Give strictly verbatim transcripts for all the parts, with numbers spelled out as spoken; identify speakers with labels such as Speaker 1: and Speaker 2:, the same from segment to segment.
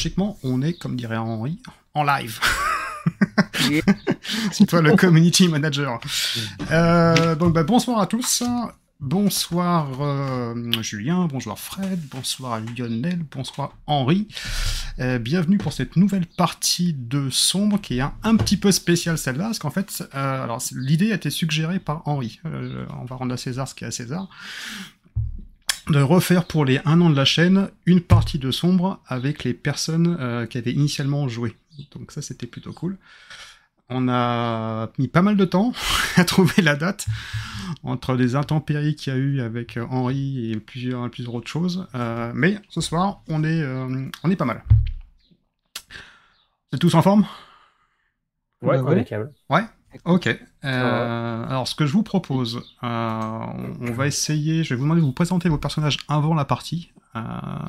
Speaker 1: logiquement, on est, comme dirait Henri, en live. C'est toi le community manager. Euh, donc, bah, bonsoir à tous. Bonsoir euh, Julien, bonsoir Fred, bonsoir Lionel, bonsoir Henri. Euh, bienvenue pour cette nouvelle partie de Sombre qui est un, un petit peu spéciale celle-là, parce qu'en fait, euh, alors, l'idée a été suggérée par Henri. Euh, on va rendre à César ce qui est à César. De refaire pour les un an de la chaîne une partie de Sombre avec les personnes euh, qui avaient initialement joué. Donc ça, c'était plutôt cool. On a mis pas mal de temps à trouver la date, entre les intempéries qu'il y a eu avec Henri et plusieurs, plusieurs autres choses. Euh, mais ce soir, on est, euh, on est pas mal. Vous êtes tous en forme ?
Speaker 2: Ouais,
Speaker 3: Ouais.
Speaker 2: impeccable.
Speaker 1: Ouais. Ok. Euh, alors, ce que je vous propose, euh, on, on va essayer. Je vais vous demander de vous présenter vos personnages avant la partie. Euh,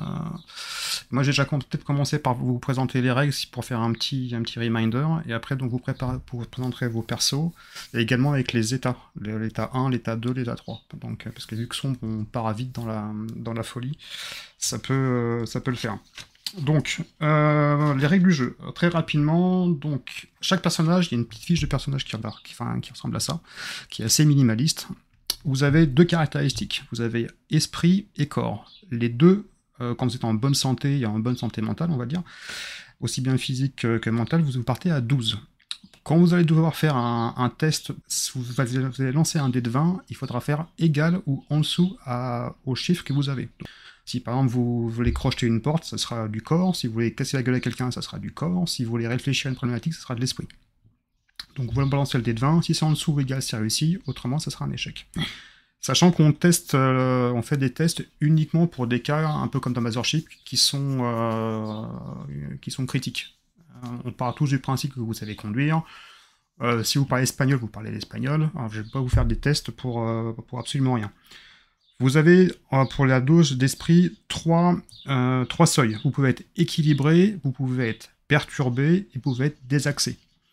Speaker 1: moi, j'ai déjà com- peut-être commencé par vous présenter les règles pour faire un petit, un petit reminder, et après, donc, vous, préparez, vous présenterez vos persos, et également avec les états, l'état un, l'état deux, l'état trois. Donc, parce que vu que sombre, on part vite dans la, dans la folie, ça peut, ça peut le faire. Donc, euh, les règles du jeu, très rapidement. Donc, chaque personnage, il y a une petite fiche de personnage qui, qui, enfin, qui ressemble à ça, qui est assez minimaliste. Vous avez deux caractéristiques. Vous avez esprit et corps. Les deux, euh, quand vous êtes en bonne santé et en bonne santé mentale, on va dire, aussi bien physique que, que mentale, vous partez à douze. Quand vous allez devoir faire un, un test, vous, vous allez lancer un dé de vingt, il faudra faire égal ou en dessous à, au chiffre que vous avez. Si par exemple vous voulez crocheter une porte, ça sera du corps. Si vous voulez casser la gueule à quelqu'un, ça sera du corps. Si vous voulez réfléchir à une problématique, ça sera de l'esprit. Donc vous balancez le dé de vingt. Si c'est en dessous ou égal, c'est réussi. Autrement, ça sera un échec. Sachant qu'on teste, euh, on fait des tests uniquement pour des cas, un peu comme dans Mothership, qui sont, euh, qui sont critiques. Euh, on part tous du principe que vous savez conduire. Euh, si vous parlez espagnol, vous parlez l'espagnol. Alors, je ne vais pas vous faire des tests pour, euh, pour absolument rien. Vous avez, pour la dose d'esprit, trois, euh, trois seuils. Vous pouvez être équilibré, vous pouvez être perturbé, et vous pouvez être désaxé.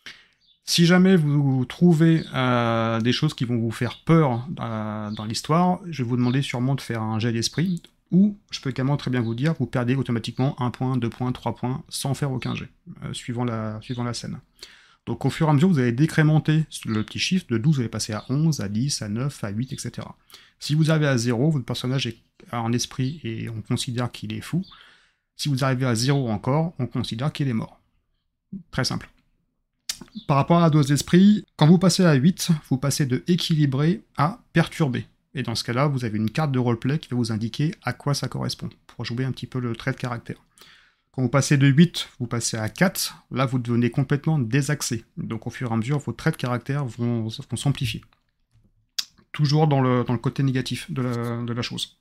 Speaker 1: Si jamais vous trouvez euh, des choses qui vont vous faire peur euh, dans l'histoire, je vais vous demander sûrement de faire un jet d'esprit, ou je peux également très bien vous dire, vous perdez automatiquement un point, deux points, trois points, sans faire aucun jet, euh, suivant, la, suivant la scène. Donc au fur et à mesure, vous allez décrémenter le petit chiffre, de douze, vous allez passer à onze, à dix, à neuf, à huit, et cetera. Si vous arrivez à zéro, votre personnage est en esprit et on considère qu'il est fou. Si vous arrivez à zéro encore, on considère qu'il est mort. Très simple. Par rapport à la dose d'esprit, quand vous passez à huit, vous passez de équilibré à perturbé. Et dans ce cas-là, vous avez une carte de roleplay qui va vous indiquer à quoi ça correspond, pour jouer un petit peu le trait de caractère. Quand vous passez de huit, vous passez à quatre, là vous devenez complètement désaxé. Donc au fur et à mesure, vos traits de caractère vont, vont s'amplifier. Toujours dans le, dans le côté négatif de la, de la chose.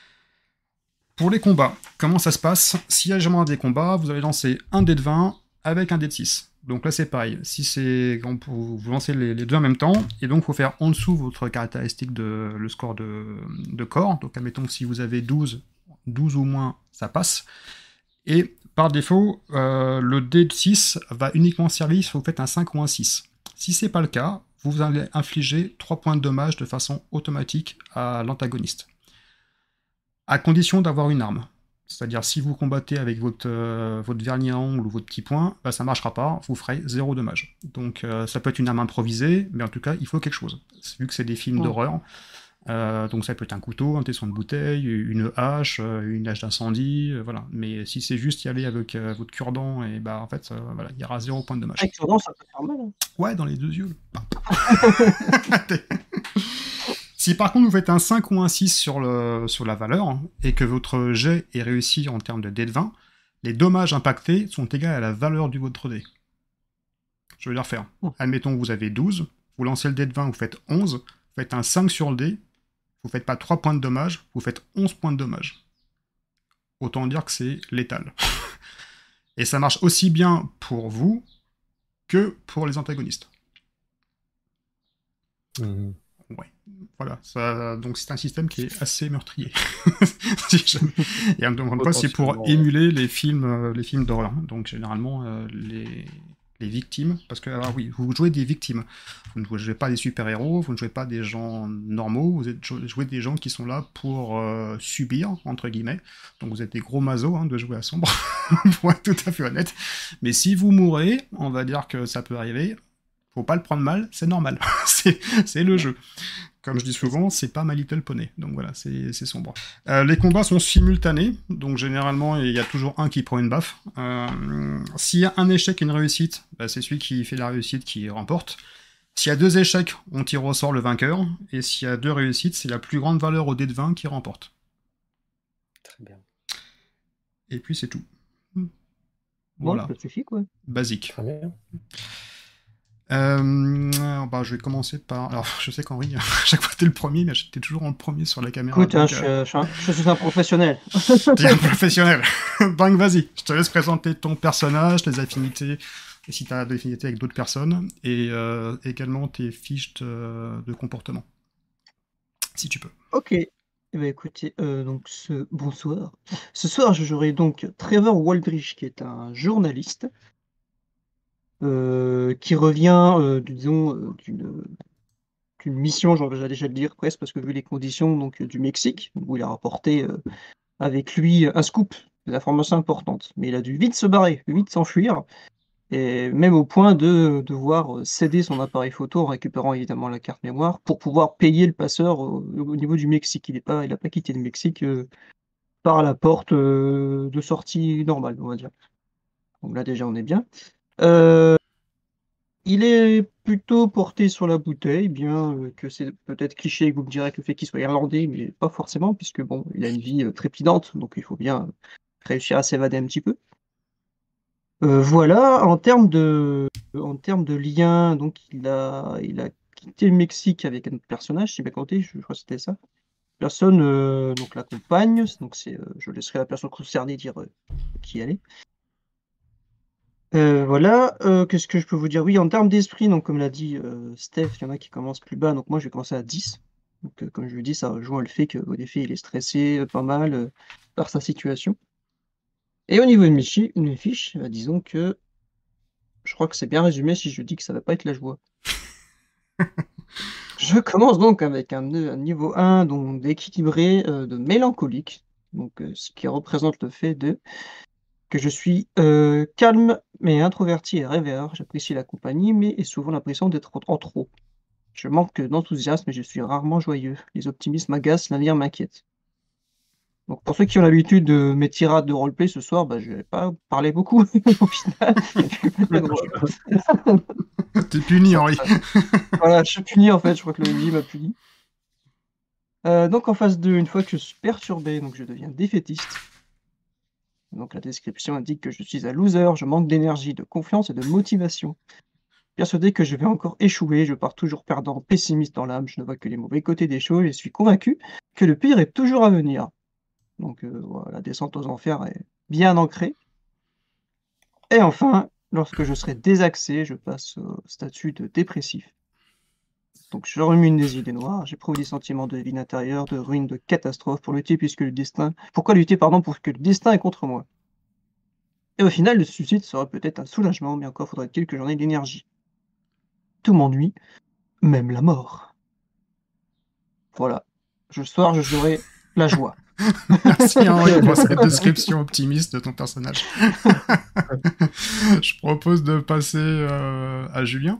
Speaker 1: Pour les combats, comment ça se passe ? S'il y a jamais des combats, vous allez lancer un dé de vingt avec un dé de six. Donc là c'est pareil, si c'est vous lancez les, les deux en même temps, et donc il faut faire en dessous votre caractéristique de le score de, de corps. Donc admettons que si vous avez douze, douze ou moins, ça passe. Et par défaut, euh, le dé de six va uniquement servir si vous faites un cinq ou un six. Si c'est pas le cas, vous allez infliger trois points de dommage de façon automatique à l'antagoniste. À condition d'avoir une arme. C'est-à-dire, si vous combattez avec votre, euh, votre vernis à ongles ou votre petit poing, bah, ça ne marchera pas, vous ferez zéro dommage. Donc euh, ça peut être une arme improvisée, mais en tout cas, il faut quelque chose. Vu que c'est des films oh. d'horreur, euh, donc ça peut être un couteau, un tesson de bouteille, une hache, une hache d'incendie, euh, voilà. Mais si c'est juste y aller avec euh, votre cure-dent, et bah en fait, euh, voilà, il y aura zéro point de dommage.
Speaker 3: Avec cure-dent, ça peut faire mal. Hein.
Speaker 1: Ouais, dans les deux yeux. Si par contre vous faites un cinq ou un six sur, le, sur la valeur, et que votre jet est réussi en termes de dé de vingt, les dommages impactés sont égaux à la valeur du votre dé. Je vais le refaire. Admettons que vous avez douze, vous lancez le dé de vingt, vous faites onze, vous faites un cinq sur le dé, vous faites pas trois points de dommage, vous faites onze points de dommage. Autant dire que c'est létal. Et ça marche aussi bien pour vous que pour les antagonistes.
Speaker 2: Mmh.
Speaker 1: Ouais, voilà. Ça, donc c'est un système qui est assez meurtrier. si jamais... Et on ne me demande pas, c'est pour émuler les films, euh, les films d'horreur. Donc généralement, euh, les... les victimes, parce que alors oui, vous jouez des victimes. Vous ne jouez pas des super-héros, vous ne jouez pas des gens normaux, vous êtes jouez des gens qui sont là pour euh, subir, entre guillemets. Donc vous êtes des gros masos hein, de jouer à sombre, pour être tout à fait honnête. Mais si vous mourrez, on va dire que ça peut arriver, faut pas le prendre mal, c'est normal. c'est, c'est le jeu. Comme je dis souvent, c'est pas My Little Pony. Donc voilà, c'est, c'est sombre. Euh, les combats sont simultanés, donc généralement, il y a toujours un qui prend une baffe. Euh, s'il y a un échec et une réussite, bah, c'est celui qui fait la réussite qui remporte. S'il y a deux échecs, on tire au sort le vainqueur. Et s'il y a deux réussites, c'est la plus grande valeur au dé de vingt qui remporte.
Speaker 3: Très bien.
Speaker 1: Et puis c'est tout.
Speaker 2: Voilà.
Speaker 1: Voilà.
Speaker 2: Bon, ça suffit, quoi.
Speaker 1: Basique.
Speaker 3: Très bien.
Speaker 1: Euh, bah, je vais commencer par. Alors, je sais qu'Henri, à chaque fois t'es le premier, mais t'es toujours en premier sur la caméra.
Speaker 2: Écoute, hein,
Speaker 1: donc,
Speaker 2: je,
Speaker 1: euh,
Speaker 2: je, je suis un professionnel.
Speaker 1: T'es un professionnel. Donc, vas-y, je te laisse présenter ton personnage, les affinités, et si t'as des affinités avec d'autres personnes, et euh, également tes fiches de, de comportement. Si tu peux.
Speaker 2: Ok. Eh ben, écoutez, euh, donc ce bonsoir. Ce soir, je jouerai donc Trevor Waldrich, qui est un journaliste euh, qui revient, euh, disons, euh, d'une d'une mission, j'allais déjà le dire presque, parce que vu les conditions donc du Mexique, où il a rapporté euh, avec lui un scoop, des informations importantes, mais il a dû vite se barrer, vite s'enfuir, et même au point de devoir céder son appareil photo en récupérant évidemment la carte mémoire pour pouvoir payer le passeur au, au niveau du Mexique. Il n'a pas, il a pas quitté le Mexique euh, par la porte euh, de sortie normale, on va dire. Donc là déjà on est bien. Euh, il est plutôt porté sur la bouteille, bien euh, que c'est peut-être cliché que vous me direz que le fait qu'il soit irlandais, mais pas forcément, puisque bon, il a une vie euh, trépidante, donc il faut bien réussir à s'évader un petit peu. Euh, voilà, en termes de, en termes de lien, donc il a, il a quitté le Mexique avec un autre personnage, si j'ai bien compté, je, je crois que c'était ça. Personne euh, donc l'accompagne, donc c'est, euh, je laisserai la personne concernée dire euh, qui elle est. Euh, voilà, euh, qu'est-ce que je peux vous dire? Oui, en termes d'esprit, donc comme l'a dit euh, Steph, il y en a qui commencent plus bas, donc moi je vais commencer à dix. Donc euh, comme je lui dis, ça rejoint le fait qu'au effet il est stressé euh, pas mal euh, par sa situation. Et au niveau de mes, chi- de mes fiches, bah, disons que je crois que c'est bien résumé si je dis que ça va pas être la joie. Je commence donc avec un, un niveau un donc d'équilibré, euh, de mélancolique, donc euh, ce qui représente le fait de que je suis euh, calme mais introverti et rêveur. J'apprécie la compagnie, mais ai souvent l'impression d'être en trop. Je manque d'enthousiasme et je suis rarement joyeux. Les optimismes m'agacent, l'avenir m'inquiète. Donc pour ceux qui ont l'habitude de mes tirades de roleplay ce soir, bah, je vais pas parler beaucoup au final. Je vais pas être très drôle.
Speaker 1: T'es puni,
Speaker 2: Ça-
Speaker 1: Henri.
Speaker 2: ça- Voilà, je suis puni en fait, je crois que le M J m'a puni. Euh, donc en phase deux, une fois que je suis perturbé, donc je deviens défaitiste. Donc la description indique que je suis un loser, je manque d'énergie, de confiance et de motivation. Persuadé que je vais encore échouer, je pars toujours perdant, pessimiste dans l'âme, je ne vois que les mauvais côtés des choses et suis convaincu que le pire est toujours à venir. Donc euh, voilà, la descente aux enfers est bien ancrée. Et enfin, lorsque je serai désaxé, je passe au statut de dépressif. Donc je rumine des idées noires, j'éprouve des sentiments de vide intérieure, de ruine, de catastrophe pour lutter puisque le destin. Pourquoi lutter, pardon, pour que le destin est contre moi? Et au final, le suicide serait peut-être un soulagement, mais encore faudrait-il que j'en ai de l'énergie. Tout m'ennuie, même la mort. Voilà. Ce soir, je jouerai la joie.
Speaker 1: Merci, Henri, pour cette description optimiste de ton personnage. Je propose de passer euh, à Julien.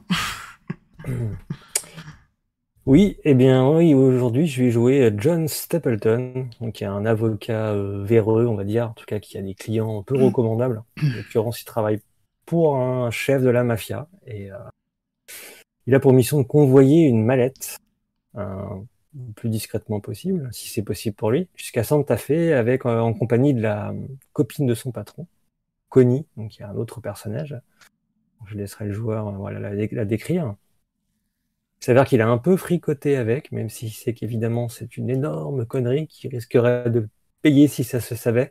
Speaker 3: Oui, eh bien oui, aujourd'hui je vais jouer John Stapleton, donc qui est un avocat euh, véreux, on va dire, en tout cas qui a des clients peu recommandables. En l'occurrence, il travaille pour un chef de la mafia et euh, il a pour mission de convoyer une mallette euh, le plus discrètement possible, si c'est possible pour lui, jusqu'à Santa Fe avec euh, en compagnie de la euh, copine de son patron, Connie, donc il y a un autre personnage. Je laisserai le joueur euh, voilà, la, la décrire. Il s'avère qu'il a un peu fricoté avec, même si c'est qu'évidemment c'est une énorme connerie qui risquerait de payer si ça se savait.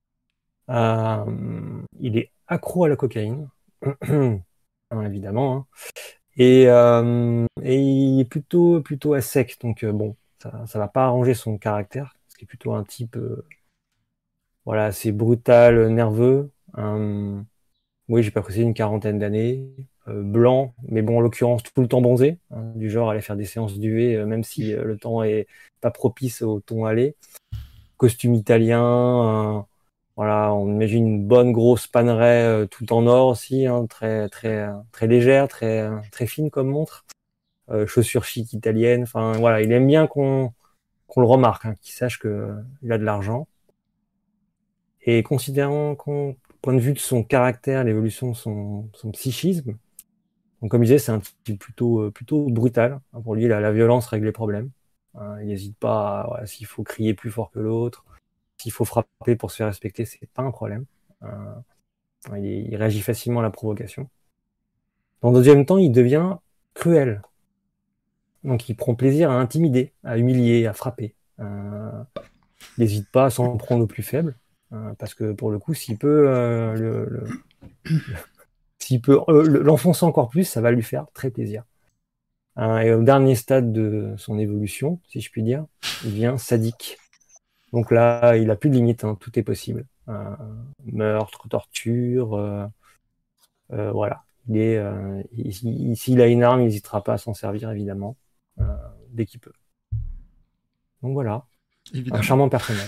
Speaker 3: Euh, il est accro à la cocaïne, hein, évidemment, hein. Et, euh, et il est plutôt plutôt à sec, donc euh, bon, ça ça va pas arranger son caractère, parce qu'il est plutôt un type euh, voilà assez brutal, nerveux. Euh, oui, j'ai pas précisé une quarantaine d'années, euh, blanc, mais bon, en l'occurrence, tout le temps bronzé, hein, du genre à aller faire des séances d'U V, euh, même si euh, le temps est pas propice au ton allé. Costume italien, euh, voilà, on imagine une bonne grosse paneraie euh, tout en or aussi, hein, très très euh, très légère, très euh, très fine comme montre. Euh, chaussures chic italiennes, enfin voilà, il aime bien qu'on qu'on le remarque, hein, qu'il sache que euh, il a de l'argent. Et considérant qu'on, point de vue de son caractère, l'évolution de son, son psychisme, donc comme je disais, c'est un type plutôt, euh, plutôt brutal. Hein, pour lui, la, la violence règle les problèmes. Hein, il n'hésite pas, à, voilà, s'il faut crier plus fort que l'autre, s'il faut frapper pour se faire respecter, c'est pas un problème. Euh, il, il réagit facilement à la provocation. Dans le deuxième temps, il devient cruel. Donc il prend plaisir à intimider, à humilier, à frapper. Euh, il n'hésite pas à s'en prendre aux plus faibles. Euh, parce que pour le coup, s'il peut euh, le, le S'il peut euh, l'enfoncer encore plus, ça va lui faire très plaisir. Euh, et au dernier stade de son évolution, si je puis dire, il devient sadique. Donc là, il a plus de limite, hein, tout est possible. Euh, meurtre, torture, euh, euh, voilà. Il est, euh, il- s'il a une arme, il n'hésitera pas à s'en servir, évidemment, euh, dès qu'il peut. Donc voilà, un
Speaker 1: Évidemment.
Speaker 3: charmant personnage.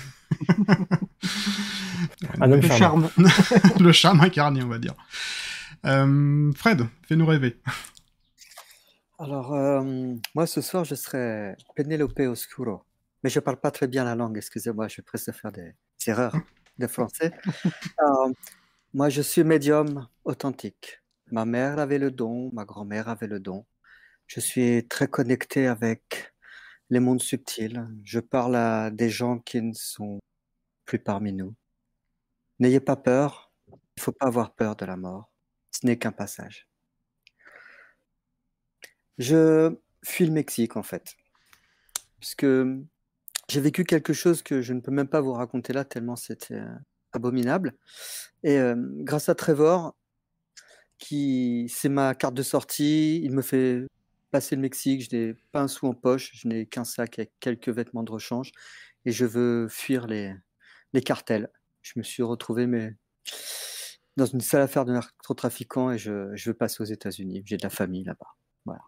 Speaker 3: Un homme
Speaker 2: Le
Speaker 3: charmant.
Speaker 2: charme.
Speaker 1: Le charme incarné, on va dire. Euh, Fred, fais-nous rêver.
Speaker 4: Alors, euh, moi, ce soir, je serai Penelope Oscuro. Mais je parle pas très bien la langue, excusez-moi, je préfère faire des erreurs de français. Euh, moi, je suis médium authentique. Ma mère avait le don, ma grand-mère avait le don. Je suis très connecté avec les mondes subtils. Je parle à des gens qui ne sont plus parmi nous. N'ayez pas peur, il ne faut pas avoir peur de la mort. Ce n'est qu'un passage. Je fuis le Mexique, en fait, parce que j'ai vécu quelque chose que je ne peux même pas vous raconter là, tellement c'était euh, abominable. Et euh, grâce à Trevor, qui c'est ma carte de sortie, il me fait passer le Mexique, je n'ai pas un sou en poche, je n'ai qu'un sac avec quelques vêtements de rechange, et je veux fuir les, les cartels. Je me suis retrouvé mais, dans une sale affaire de narcotrafiquants et je, je veux passer aux États-Unis. J'ai de la famille là-bas. Voilà.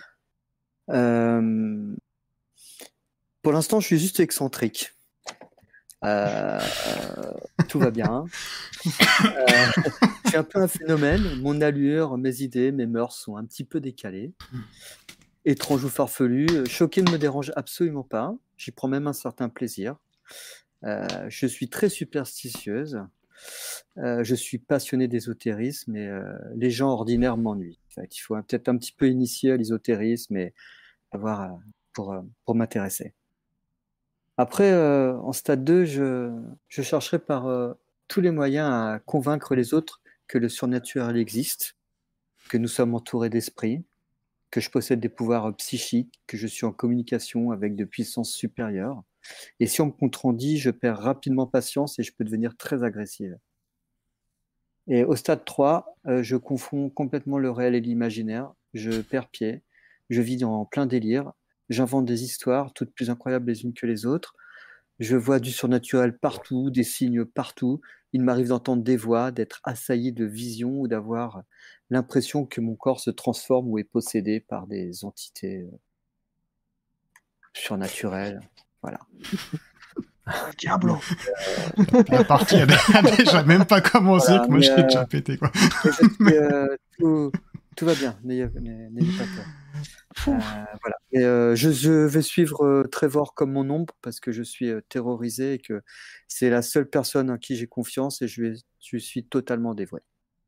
Speaker 4: Euh, pour l'instant, je suis juste excentrique. Euh, tout va bien. Euh, je suis un peu un phénomène. Mon allure, mes idées, mes mœurs sont un petit peu décalées. Étrange ou farfelu. Choqué ne me dérange absolument pas. J'y prends même un certain plaisir. Euh, je suis très superstitieuse. Euh, je suis passionné d'ésotérisme et euh, les gens ordinaires m'ennuient. En fait, il faut peut-être un petit peu initier à l'ésotérisme et avoir euh, pour, euh, pour m'intéresser. Après, euh, en stade deux, je, je chercherai par euh, tous les moyens à convaincre les autres que le surnaturel existe, que nous sommes entourés d'esprits, que je possède des pouvoirs psychiques, que je suis en communication avec de puissances supérieures. Et si on me contredit, je perds rapidement patience et je peux devenir très agressive. Et au stade trois, euh, je confonds complètement le réel et l'imaginaire, je perds pied, je vis en plein délire, j'invente des histoires, toutes plus incroyables les unes que les autres, je vois du surnaturel partout, des signes partout, il m'arrive d'entendre des voix, d'être assailli de visions ou d'avoir l'impression que mon corps se transforme ou est possédé par des entités euh, surnaturelles. Voilà.
Speaker 2: Diablo.
Speaker 1: La partie a déjà même pas commencé,
Speaker 4: Voilà,
Speaker 1: que moi
Speaker 4: mais,
Speaker 1: j'ai
Speaker 4: euh,
Speaker 1: déjà pété, quoi.
Speaker 4: Et je suis, euh, tout, tout va bien, n'ayez n'ayez pas peur. Euh, voilà. Et, euh, je, je vais suivre euh, Trevor comme mon ombre parce que je suis euh, terrorisé et que c'est la seule personne en qui j'ai confiance et je, vais- je suis totalement dévoué.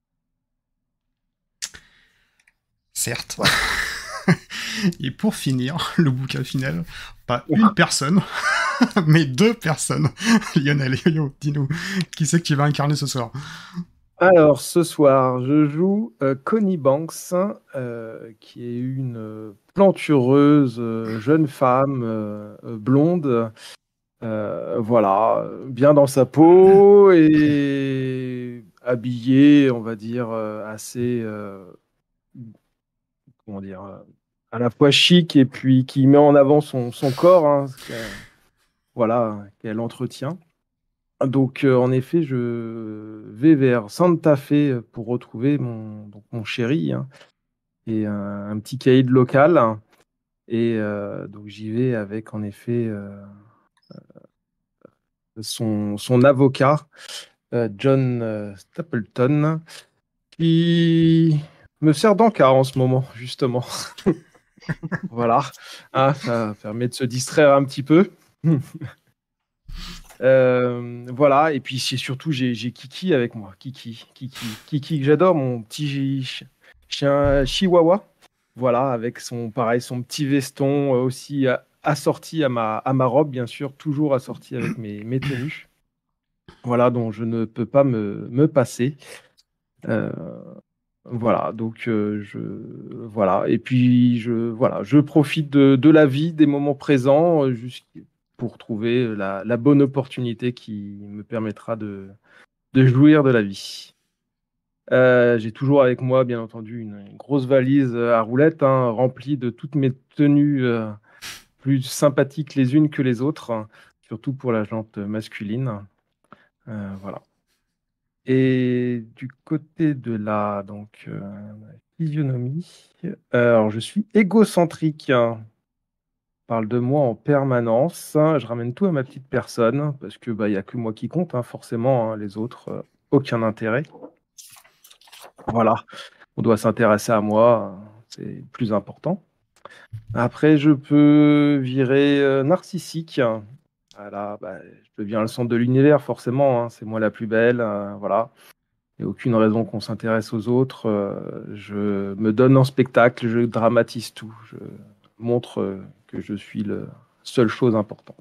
Speaker 1: Certes.
Speaker 4: Voilà.
Speaker 1: Et pour finir, le bouquin final, pas une personne, mais deux personnes. Lionel, yo, dis-nous, qui c'est que tu vas incarner ce soir?
Speaker 5: Alors, ce soir, je joue euh, Connie Banks, euh, qui est une euh, plantureuse euh, jeune femme euh, euh, blonde, euh, voilà, bien dans sa peau et habillée, on va dire, euh, assez, euh, comment dire, euh, à la fois chic et puis qui met en avant son, son corps, hein, ce qu'elle- voilà, qu'elle entretient. Donc, euh, en effet, je vais vers Santa Fe pour retrouver mon, donc, mon chéri, hein, et un, un petit caïd local. Et euh, donc, j'y vais avec, en effet, euh, son, son avocat, euh, John euh, Stapleton, qui me sert d'encart en ce moment, justement. Voilà. Ah, ça permet de se distraire un petit peu. Euh, voilà, et puis c'est surtout j'ai j'ai Kiki avec moi, Kiki, Kiki, Kiki que j'adore, mon petit chi- chien chihuahua. Voilà, avec son pareil, son petit veston euh, aussi euh, assorti à ma à ma robe, bien sûr, toujours assorti avec mes mes tenues. Voilà, dont je ne peux pas me me passer. Euh, voilà, donc euh, je voilà, et puis je voilà, je profite de de la vie, des moments présents, euh, jusqu'- pour trouver la, la bonne opportunité qui me permettra de, de jouir de la vie. Euh, j'ai toujours avec moi, bien entendu, une, une grosse valise euh, à roulettes, hein, remplie de toutes mes tenues euh, plus sympathiques les unes que les autres, hein, surtout pour la jante masculine. Euh, voilà. Et du côté de la donc, euh, physionomie, euh, alors je suis égocentrique, hein. Parle de moi en permanence. Je ramène tout à ma petite personne parce que bah, y a que moi qui compte, hein, forcément, hein, les autres, euh, aucun intérêt. Voilà, on doit s'intéresser à moi, euh, c'est plus important. Après, je peux virer euh, narcissique. Voilà, bah, je deviens le centre de l'univers, forcément, hein, c'est moi la plus belle. Euh, voilà, il n'y a aucune raison qu'on s'intéresse aux autres. Euh, je me donne en spectacle, je dramatise tout. Je montre euh, que je suis la seule chose importante.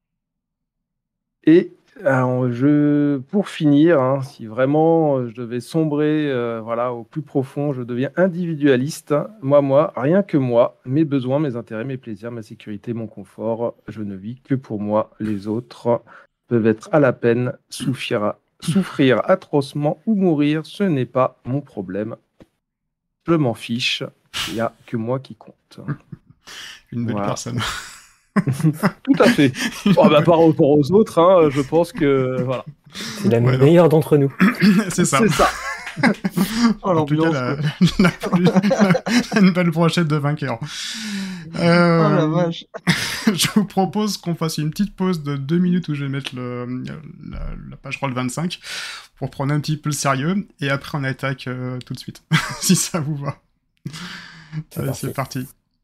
Speaker 5: Et alors, je, pour finir, hein, si vraiment euh, je devais sombrer euh, voilà, au plus profond, je deviens individualiste. Moi, moi, rien que moi, mes besoins, mes intérêts, mes plaisirs, ma sécurité, mon confort. Je ne vis que pour moi. Les autres peuvent être à la peine, souffrir, souffrir atrocement ou mourir. Ce n'est pas mon problème. Je m'en fiche. Il n'y a que moi qui compte.
Speaker 1: Une belle
Speaker 5: Voilà.
Speaker 1: personne.
Speaker 5: Tout à fait. Oh, bah, par rapport aux autres, hein, je pense que voilà.
Speaker 3: C'est la
Speaker 1: Ouais,
Speaker 3: meilleure d'entre nous.
Speaker 1: C'est ça.
Speaker 5: C'est ça.
Speaker 2: Oh,
Speaker 1: En tout cas,
Speaker 2: l'ambiance,
Speaker 1: la,
Speaker 2: quoi.
Speaker 1: la plus- la- une belle brochette de vainqueurs.
Speaker 2: Oh la
Speaker 1: Euh,
Speaker 2: vache.
Speaker 1: je vous propose qu'on fasse une petite pause de deux minutes où je vais mettre le, la, la page roll vingt-cinq pour prendre un petit peu le sérieux et après on attaque euh, tout de suite, si ça vous va.
Speaker 3: C'est
Speaker 1: Allez,
Speaker 3: parti.
Speaker 1: c'est parti.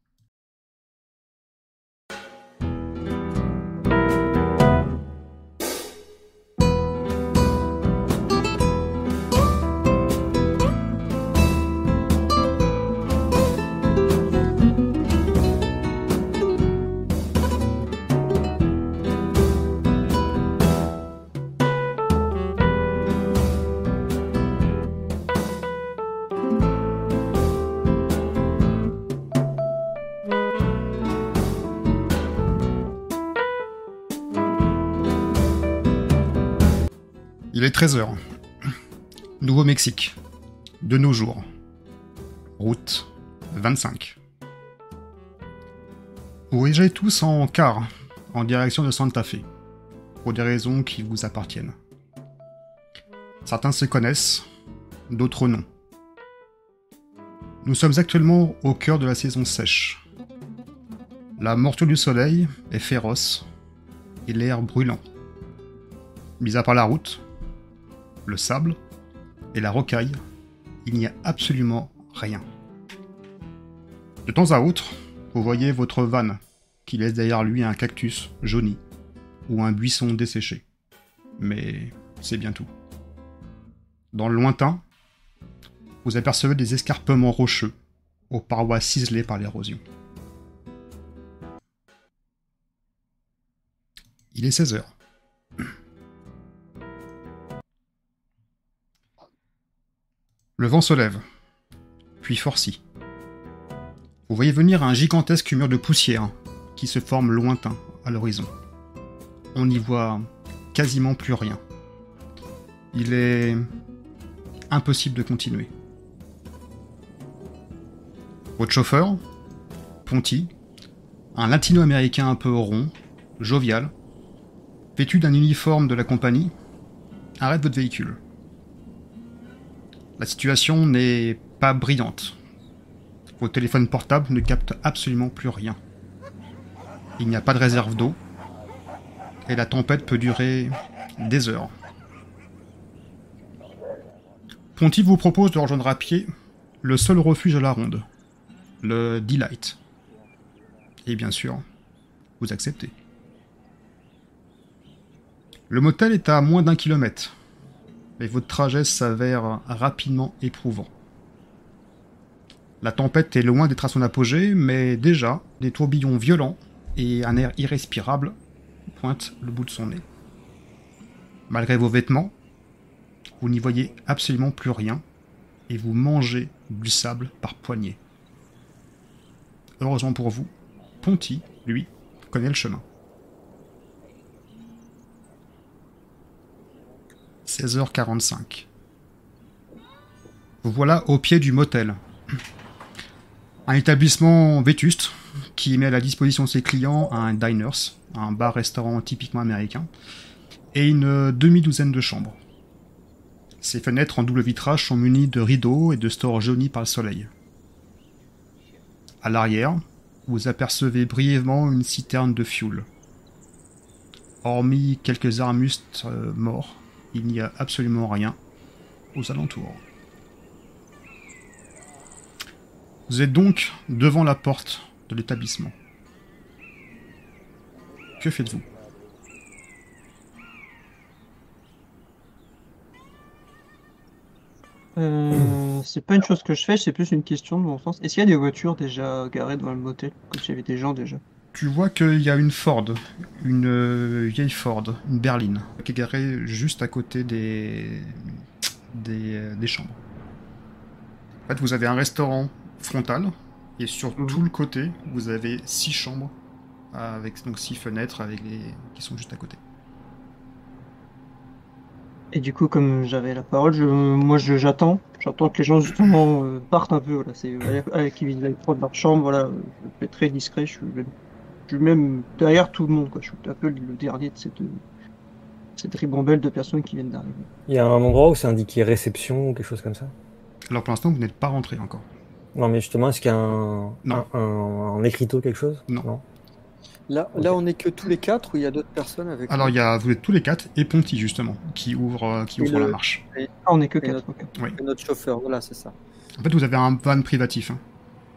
Speaker 1: Il est treize heures. Nouveau-Mexique. De nos jours. Route vingt-cinq. Vous voyagez tous en car, en direction de Santa Fe, pour des raisons qui vous appartiennent. Certains se connaissent, d'autres non. Nous sommes actuellement au cœur de la saison sèche. La morsure du soleil est féroce et l'air brûlant. Mis à part la route, le sable et la rocaille, il n'y a absolument rien. De temps à autre, vous voyez votre van qui laisse derrière lui un cactus jauni ou un buisson desséché. Mais c'est bien tout. Dans le lointain, vous apercevez des escarpements rocheux aux parois ciselées par l'érosion. Il est seize heures. Le vent se lève, puis forcit. Vous voyez venir un gigantesque mur de poussière qui se forme lointain à l'horizon. On n'y voit quasiment plus rien. Il est impossible de continuer. Votre chauffeur, Ponty, un latino-américain un peu rond, jovial, vêtu d'un uniforme de la compagnie, arrête votre véhicule. La situation n'est pas brillante. Vos téléphones portables ne captent absolument plus rien. Il n'y a pas de réserve d'eau. Et la tempête peut durer des heures. Ponty vous propose de rejoindre à pied le seul refuge à la ronde, le Delight. Et bien sûr, vous acceptez. Le motel est à moins d'un kilomètre, mais votre trajet s'avère rapidement éprouvant. La tempête est loin d'être à son apogée, mais déjà, des tourbillons violents et un air irrespirable pointent le bout de son nez. Malgré vos vêtements, vous n'y voyez absolument plus rien, et vous mangez du sable par poignées. Heureusement pour vous, Ponty, lui, connaît le chemin. seize heures quarante-cinq. Vous voilà au pied du motel. Un établissement vétuste qui met à la disposition de ses clients un diners, un bar-restaurant typiquement américain, et une demi-douzaine de chambres. Ses fenêtres en double vitrage sont munies de rideaux et de stores jaunis par le soleil. À l'arrière, vous apercevez brièvement une citerne de fioul. Hormis quelques arbustes euh, morts, il n'y a absolument rien aux alentours. Vous êtes donc devant la porte de l'établissement. Que faites-vous ?
Speaker 2: Euh, c'est pas une chose que je fais, c'est plus une question de mon sens. Est-ce qu'il y a des voitures déjà garées devant le motel, comme s'il y avait des gens déjà?
Speaker 1: Tu vois qu'il y a une Ford, une euh, vieille Ford, une berline, qui est garée juste à côté des, des, euh, des chambres. En fait, vous avez un restaurant frontal, et sur
Speaker 2: Mhm.
Speaker 1: tout le côté, vous avez six chambres, avec donc six fenêtres avec les... qui sont juste à côté.
Speaker 2: Et du coup, comme j'avais la parole, je, moi je, j'attends. J'attends que les gens justement euh, partent un peu. Voilà. C'est, allez, allez, qu'ils aillent prendre leur chambre. Voilà. Je fais très discret. Je suis même, je suis même derrière tout le monde, quoi. Je suis un peu le dernier de cette, cette ribambelle de personnes qui viennent d'arriver.
Speaker 3: Il y a un endroit où c'est indiqué réception ou quelque chose comme ça?
Speaker 1: Alors pour l'instant, vous n'êtes pas rentré encore.
Speaker 3: Non, mais justement, est-ce qu'il y a un,
Speaker 1: Non.
Speaker 3: un, un, un écriteau, quelque chose?
Speaker 1: Non.
Speaker 4: Là,
Speaker 3: Ok.
Speaker 4: là, on n'est que tous les quatre ou il y a d'autres personnes avec
Speaker 1: Alors
Speaker 4: nous
Speaker 1: il y a, vous êtes tous les quatre, et Ponty justement, qui ouvre, euh, qui
Speaker 4: Et
Speaker 1: ouvre
Speaker 4: le-
Speaker 1: la marche.
Speaker 2: Ah, on est que
Speaker 4: Et
Speaker 2: quatre.
Speaker 4: notre-
Speaker 2: ok.
Speaker 1: Oui.
Speaker 4: Et notre chauffeur, voilà, c'est ça.
Speaker 1: En fait, vous avez un van privatif. Hein.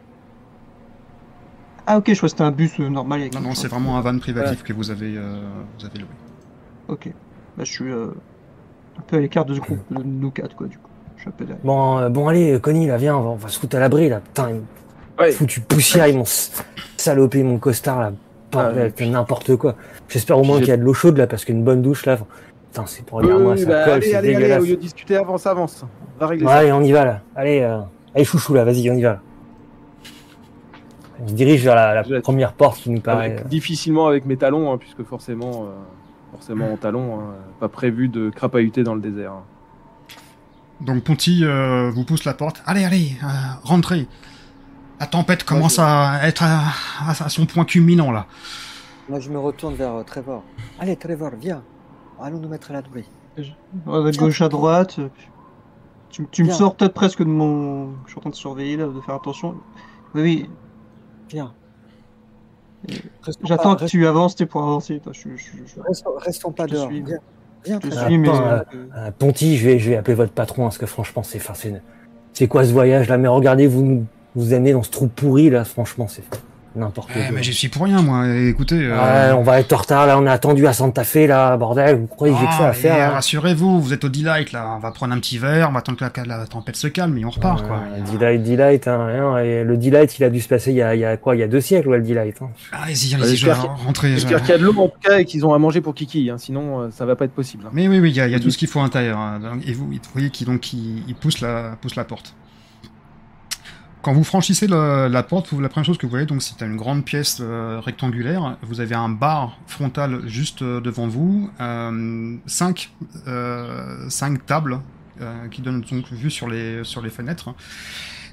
Speaker 2: Ah ok, je crois que c'était un bus euh, normal avec
Speaker 1: Non,
Speaker 2: une
Speaker 1: non,
Speaker 2: chambre.
Speaker 1: c'est vraiment un van privatif que vous avez, euh, vous avez loué.
Speaker 2: Ok. Bah, je suis euh, un peu à l'écart de ce groupe, de nous quatre, quoi, du coup. Je suis un peu derrière.
Speaker 3: Bon, euh, bon, allez, euh, Connie, là, viens, on va, on va se foutre à l'abri, là. Putain, ils m'ont
Speaker 5: Ouais.
Speaker 3: foutu poussière, ils m'ont s- salopé mon costard, là.
Speaker 5: Ah,
Speaker 3: Bordel,
Speaker 5: et puis-
Speaker 3: n'importe quoi. J'espère au moins
Speaker 5: J'ai-
Speaker 3: qu'il y a de l'eau chaude, là, parce qu'une bonne douche, là. Putain, c'est pour dire, moi,
Speaker 5: Oui,
Speaker 3: ça
Speaker 5: bah,
Speaker 3: colle,
Speaker 5: allez,
Speaker 3: c'est
Speaker 5: allez, allez,
Speaker 3: dégueulasse.
Speaker 5: au lieu de discuter, avance, avance. On va régler
Speaker 3: Bon,
Speaker 5: ça.
Speaker 3: allez, on y va, là. Allez, euh, allez, chouchou, là, vas-y, on y va. Là. On se dirige vers la, la
Speaker 5: Je-
Speaker 3: première porte qui nous paraît.
Speaker 5: Avec- difficilement avec mes talons, hein, puisque forcément, euh, forcément en talons, hein, pas prévu de crapahuter dans le désert. hein.
Speaker 1: Donc Ponty euh, vous pousse la porte. Allez, allez, euh, rentrez. La tempête commence
Speaker 4: je-
Speaker 1: à être à, à- à son point culminant là.
Speaker 4: Moi, je me retourne vers euh, Trevor. Allez, Trevor, viens. Allons nous mettre à l'abri.
Speaker 2: On va de gauche à droite. euh, Tu, tu me
Speaker 4: Bien.
Speaker 2: sors peut-être presque de mon. Je suis en train de surveiller là, de faire attention. Oui, oui.
Speaker 4: Viens.
Speaker 2: Euh,
Speaker 4: Restons
Speaker 2: J'attends
Speaker 4: pas,
Speaker 2: que tu avances, t'es pour avancer. Toi, je, je, je-
Speaker 4: Restons, restons pas
Speaker 2: Je te
Speaker 4: dehors.
Speaker 2: suis.
Speaker 4: Viens, viens
Speaker 2: je te
Speaker 4: Trevor.
Speaker 2: suis, mais.
Speaker 3: Attends,
Speaker 2: euh,
Speaker 3: Euh, Ponty, je vais, je vais appeler votre patron, parce que franchement, c'est, enfin, c'est, c'est quoi ce voyage là? Mais regardez, vous nous- vous amenez dans ce trou pourri là, franchement, c'est n'importe
Speaker 1: Ouais,
Speaker 3: quoi.
Speaker 1: mais j'y suis pour rien moi. Écoutez. euh,
Speaker 3: Ouais, on va être en retard là, on est attendu à Santa Fe là, bordel, vous croyez que j'ai que ça
Speaker 1: ah,
Speaker 3: à faire
Speaker 1: et
Speaker 3: là?
Speaker 1: rassurez-vous, vous êtes au Delight là. On va prendre un petit verre, on va attendre que la, la tempête se calme et on repart quoi.
Speaker 3: Euh, Delight, Delight, hein, rien, et le Delight il a dû se passer il y a, il y a quoi, il y a deux siècles, ouais, le Delight. Hein.
Speaker 1: Allez-y,
Speaker 5: Ouais,
Speaker 1: allez-y, je vais
Speaker 5: j'espère qu'il-
Speaker 1: rentrer. je-
Speaker 5: J'espère qu'il y a de l'eau en tout cas et qu'ils ont à manger pour Kiki, hein, sinon euh, ça va pas être possible. hein.
Speaker 1: Mais oui, oui, il y a, il y a tout ce qu'il faut à l'intérieur. hein. Et vous, vous voyez qu'il donc il, il pousse la pousse la porte. Quand vous franchissez le- la porte, vous, la première chose que vous voyez, donc c'est une grande pièce euh, rectangulaire. Vous avez un bar frontal juste euh, devant vous, euh, cinq, euh, cinq tables euh, qui donnent donc vue sur les sur les fenêtres.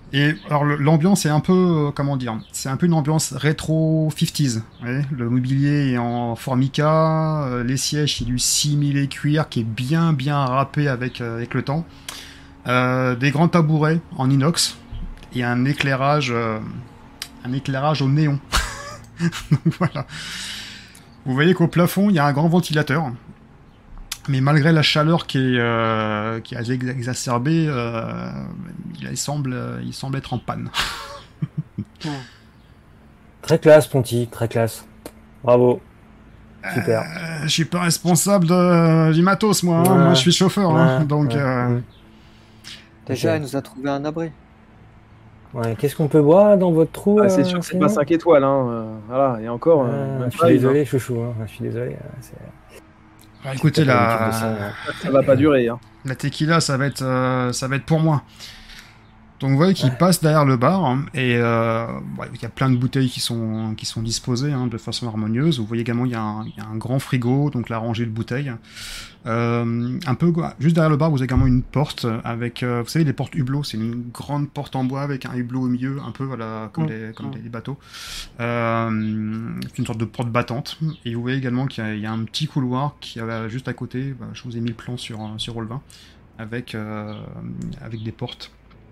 Speaker 1: Et alors le- l'ambiance est un peu, euh, comment dire, c'est un peu une ambiance rétro cinquantaise. Vous voyez, le mobilier est en formica, euh, les sièges c'est du similé cuir qui est bien bien râpé avec, euh, avec le temps. Euh, des grands tabourets en inox et un éclairage, euh, un éclairage au néon. Donc voilà. Vous voyez qu'au plafond il y a un grand ventilateur. Mais malgré la chaleur qui est, euh, qui est assez exacerbée, euh, il, il semble, euh, il semble être en panne.
Speaker 3: Très classe, Ponty, très classe. Bravo. Super.
Speaker 1: Euh, je suis pas responsable de, du matos, moi. hein.
Speaker 3: Ouais.
Speaker 1: Moi, je suis chauffeur, hein.
Speaker 3: Ouais,
Speaker 1: donc.
Speaker 3: ouais,
Speaker 1: euh,
Speaker 3: ouais.
Speaker 4: Déjà,
Speaker 3: Ok.
Speaker 4: elle nous a trouvé un abri.
Speaker 3: Ouais, qu'est-ce qu'on peut boire dans votre trou
Speaker 5: Ah, c'est
Speaker 3: euh,
Speaker 5: sûr que c'est
Speaker 3: sinon
Speaker 5: pas cinq étoiles. Hein. euh, voilà, et encore. euh,
Speaker 3: Ah,
Speaker 5: même
Speaker 3: je
Speaker 5: pas,
Speaker 3: suis
Speaker 5: il-
Speaker 3: désolé, chouchou. Hein. Je suis désolé. euh, c'est-
Speaker 1: bah, écoutez,
Speaker 3: j'ai pas l'habitude de ça,
Speaker 1: la,
Speaker 3: ouais.
Speaker 5: Ça va pas durer. Hein.
Speaker 1: la tequila, ça va être, euh, ça va être pour moi. Donc vous voyez qu'il passe derrière le bar hein, et euh, ouais, il y a plein de bouteilles qui sont, qui sont disposées hein, de façon harmonieuse. Vous voyez également il y, a un, il y a un grand frigo, donc la rangée de bouteilles. Euh, un peu juste derrière le bar, vous avez également une porte avec, euh, vous savez, les portes hublots. C'est une grande porte en bois avec un hublot au milieu, un peu voilà, comme,
Speaker 2: Mm.
Speaker 1: des, comme
Speaker 2: Mm.
Speaker 1: des, des bateaux. Euh, c'est une sorte de porte battante. Et vous voyez également qu'il y a, il y a un petit couloir qui est juste à côté. Bah, je vous ai mis le plan sur, sur Roll vingt avec, euh, avec des portes.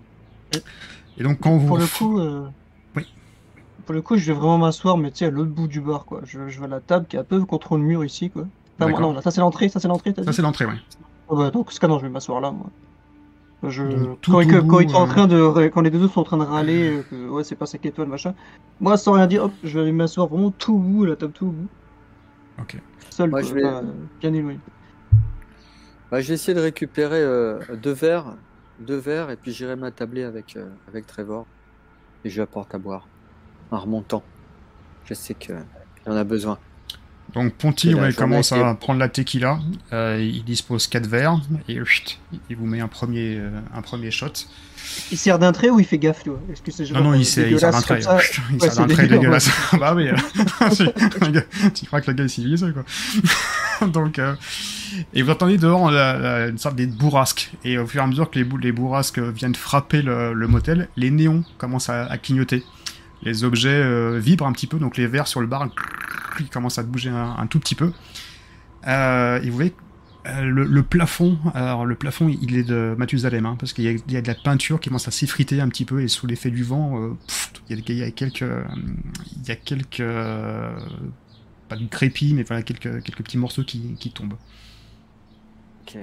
Speaker 1: Et donc quand vous...
Speaker 2: Pour le coup, euh,
Speaker 1: Oui.
Speaker 2: pour le coup, je vais vraiment m'asseoir, mais tu sais, à l'autre bout du bar, quoi. Je, je vais à la table qui est un peu contre le mur ici, quoi. Enfin, moi,
Speaker 1: D'accord.
Speaker 2: non, là, ça c'est l'entrée, ça c'est l'entrée, t'as
Speaker 1: Ça
Speaker 2: dit?
Speaker 1: c'est l'entrée, ouais.
Speaker 2: Ah bah, donc, ce cas, non, je vais m'asseoir là, moi. Je...
Speaker 1: Donc, tout
Speaker 2: quand,
Speaker 1: au
Speaker 2: ils-
Speaker 1: bout,
Speaker 2: quand ils sont en
Speaker 1: euh,
Speaker 2: train de, quand les deux autres sont en train de râler, euh, que ouais, c'est pas cinq étoiles, machin. Moi, sans rien dire, hop, je vais aller m'asseoir vraiment tout au bout, à la table tout au bout.
Speaker 1: Ok.
Speaker 2: Seul,
Speaker 4: Moi,
Speaker 2: quoi.
Speaker 4: je vais-
Speaker 2: Enfin, euh, bien éloigné.
Speaker 4: Bah, j'ai essayé de récupérer euh, deux verres, deux verres, et puis j'irai m'attabler avec euh, avec Trevor et je lui apporte à boire en remontant. Je sais que il en a besoin.
Speaker 1: Donc Ponty
Speaker 4: Et la
Speaker 1: ouais,
Speaker 4: journée
Speaker 1: commence
Speaker 4: était-
Speaker 1: à prendre la tequila, euh, il dispose quatre verres et chut, il vous met un premier, euh, un premier shot.
Speaker 2: Il sert d'un trait ou il fait gaffe, tu vois? Est-ce que c'est genre
Speaker 1: Non, non,
Speaker 2: euh,
Speaker 1: il sert il sert d'un
Speaker 2: dégueulasse
Speaker 1: trait.
Speaker 2: comme ça?
Speaker 1: Chut, Il
Speaker 2: Ouais,
Speaker 1: sert
Speaker 2: c'est
Speaker 1: d'un trait
Speaker 2: dégueulasse,
Speaker 1: dégueulasse. Bah oui, euh, c'est- le gars- tu crois que le gars est civilisé quoi. Donc, euh, et vous entendez dehors la- la- une sorte de bourrasque. Et au fur et à mesure que les, bou- les bourrasques viennent frapper le, le motel, les néons commencent à, à clignoter. Les objets euh, vibrent un petit peu, donc les verres sur le bar, ils commencent à bouger un, un tout petit peu. Euh, et vous voyez, euh, le, le plafond, alors le plafond, il est de Mathusalem, hein, parce qu'il y, a- il y a de la peinture qui commence à s'effriter un petit peu, et sous l'effet du vent, euh, pff, il, y a, il y a quelques, euh, il y a quelques, euh, pas du crépi, mais voilà quelques, quelques petits morceaux qui, qui tombent.
Speaker 4: Ok.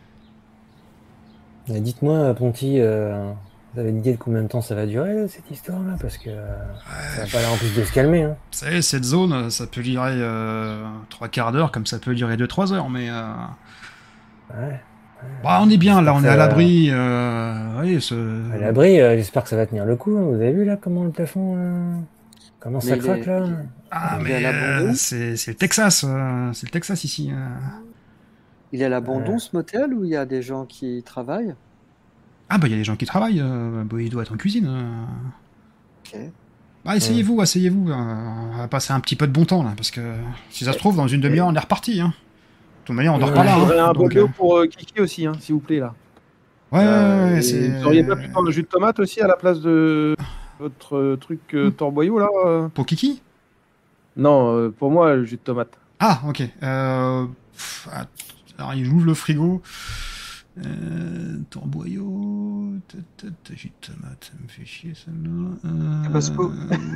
Speaker 3: Et dites-moi, Ponty, euh, vous avez une idée de combien de temps ça va durer, là, cette histoire-là? Parce que euh, ça va pas l'air en plus de se calmer. Hein.
Speaker 1: Vous savez, cette zone, ça peut durer euh, trois quarts d'heure, comme ça peut durer deux trois heures, mais euh,
Speaker 3: Ouais.
Speaker 1: bah, on est bien là, on est à
Speaker 3: Ça-
Speaker 1: l'abri. Euh, oui, ce...
Speaker 3: À l'abri, euh, j'espère que ça va tenir le coup. Hein. Vous avez vu là comment le plafond, euh, comment ça
Speaker 4: Mais il
Speaker 3: craque
Speaker 4: est-
Speaker 3: là?
Speaker 1: Ah,
Speaker 4: Il est à
Speaker 1: mais
Speaker 4: l'abandon
Speaker 1: euh, c'est c'est le Texas, euh, c'est le Texas ici. euh.
Speaker 4: Il est à l'abandon
Speaker 3: Ouais.
Speaker 4: ce motel ou il y a des gens qui travaillent?
Speaker 1: Ah bah il y a des gens qui travaillent, euh, bah, il doit être en cuisine. euh.
Speaker 4: Ok.
Speaker 1: Bah essayez-vous, asseyez-vous, euh, on va passer un petit peu de bon temps là, parce que si ça se trouve, dans une demi-heure, on est reparti. Hein. De toute manière, on dort
Speaker 3: Ouais,
Speaker 1: pas
Speaker 5: Il
Speaker 1: là.
Speaker 5: faudrait
Speaker 1: hein,
Speaker 5: un bol
Speaker 1: donc,
Speaker 5: d'eau
Speaker 1: euh,
Speaker 5: pour euh, Kiki aussi, hein, s'il vous plaît là.
Speaker 1: Ouais,
Speaker 5: Euh,
Speaker 1: ouais, ouais,
Speaker 5: et
Speaker 1: c'est...
Speaker 5: Vous auriez pas pu prendre un jus de tomate aussi à la place de votre euh, truc euh, torboyau là euh
Speaker 1: Pour Kiki?
Speaker 5: Non, euh, pour moi, le jus de tomate.
Speaker 1: Ah, ok. Euh... pff, att- Alors, il ouvre le frigo. Euh... Torboyau... ta, ta, ta, jus de tomate, ça me fait chier celle-là. Euh...
Speaker 2: Tabasco.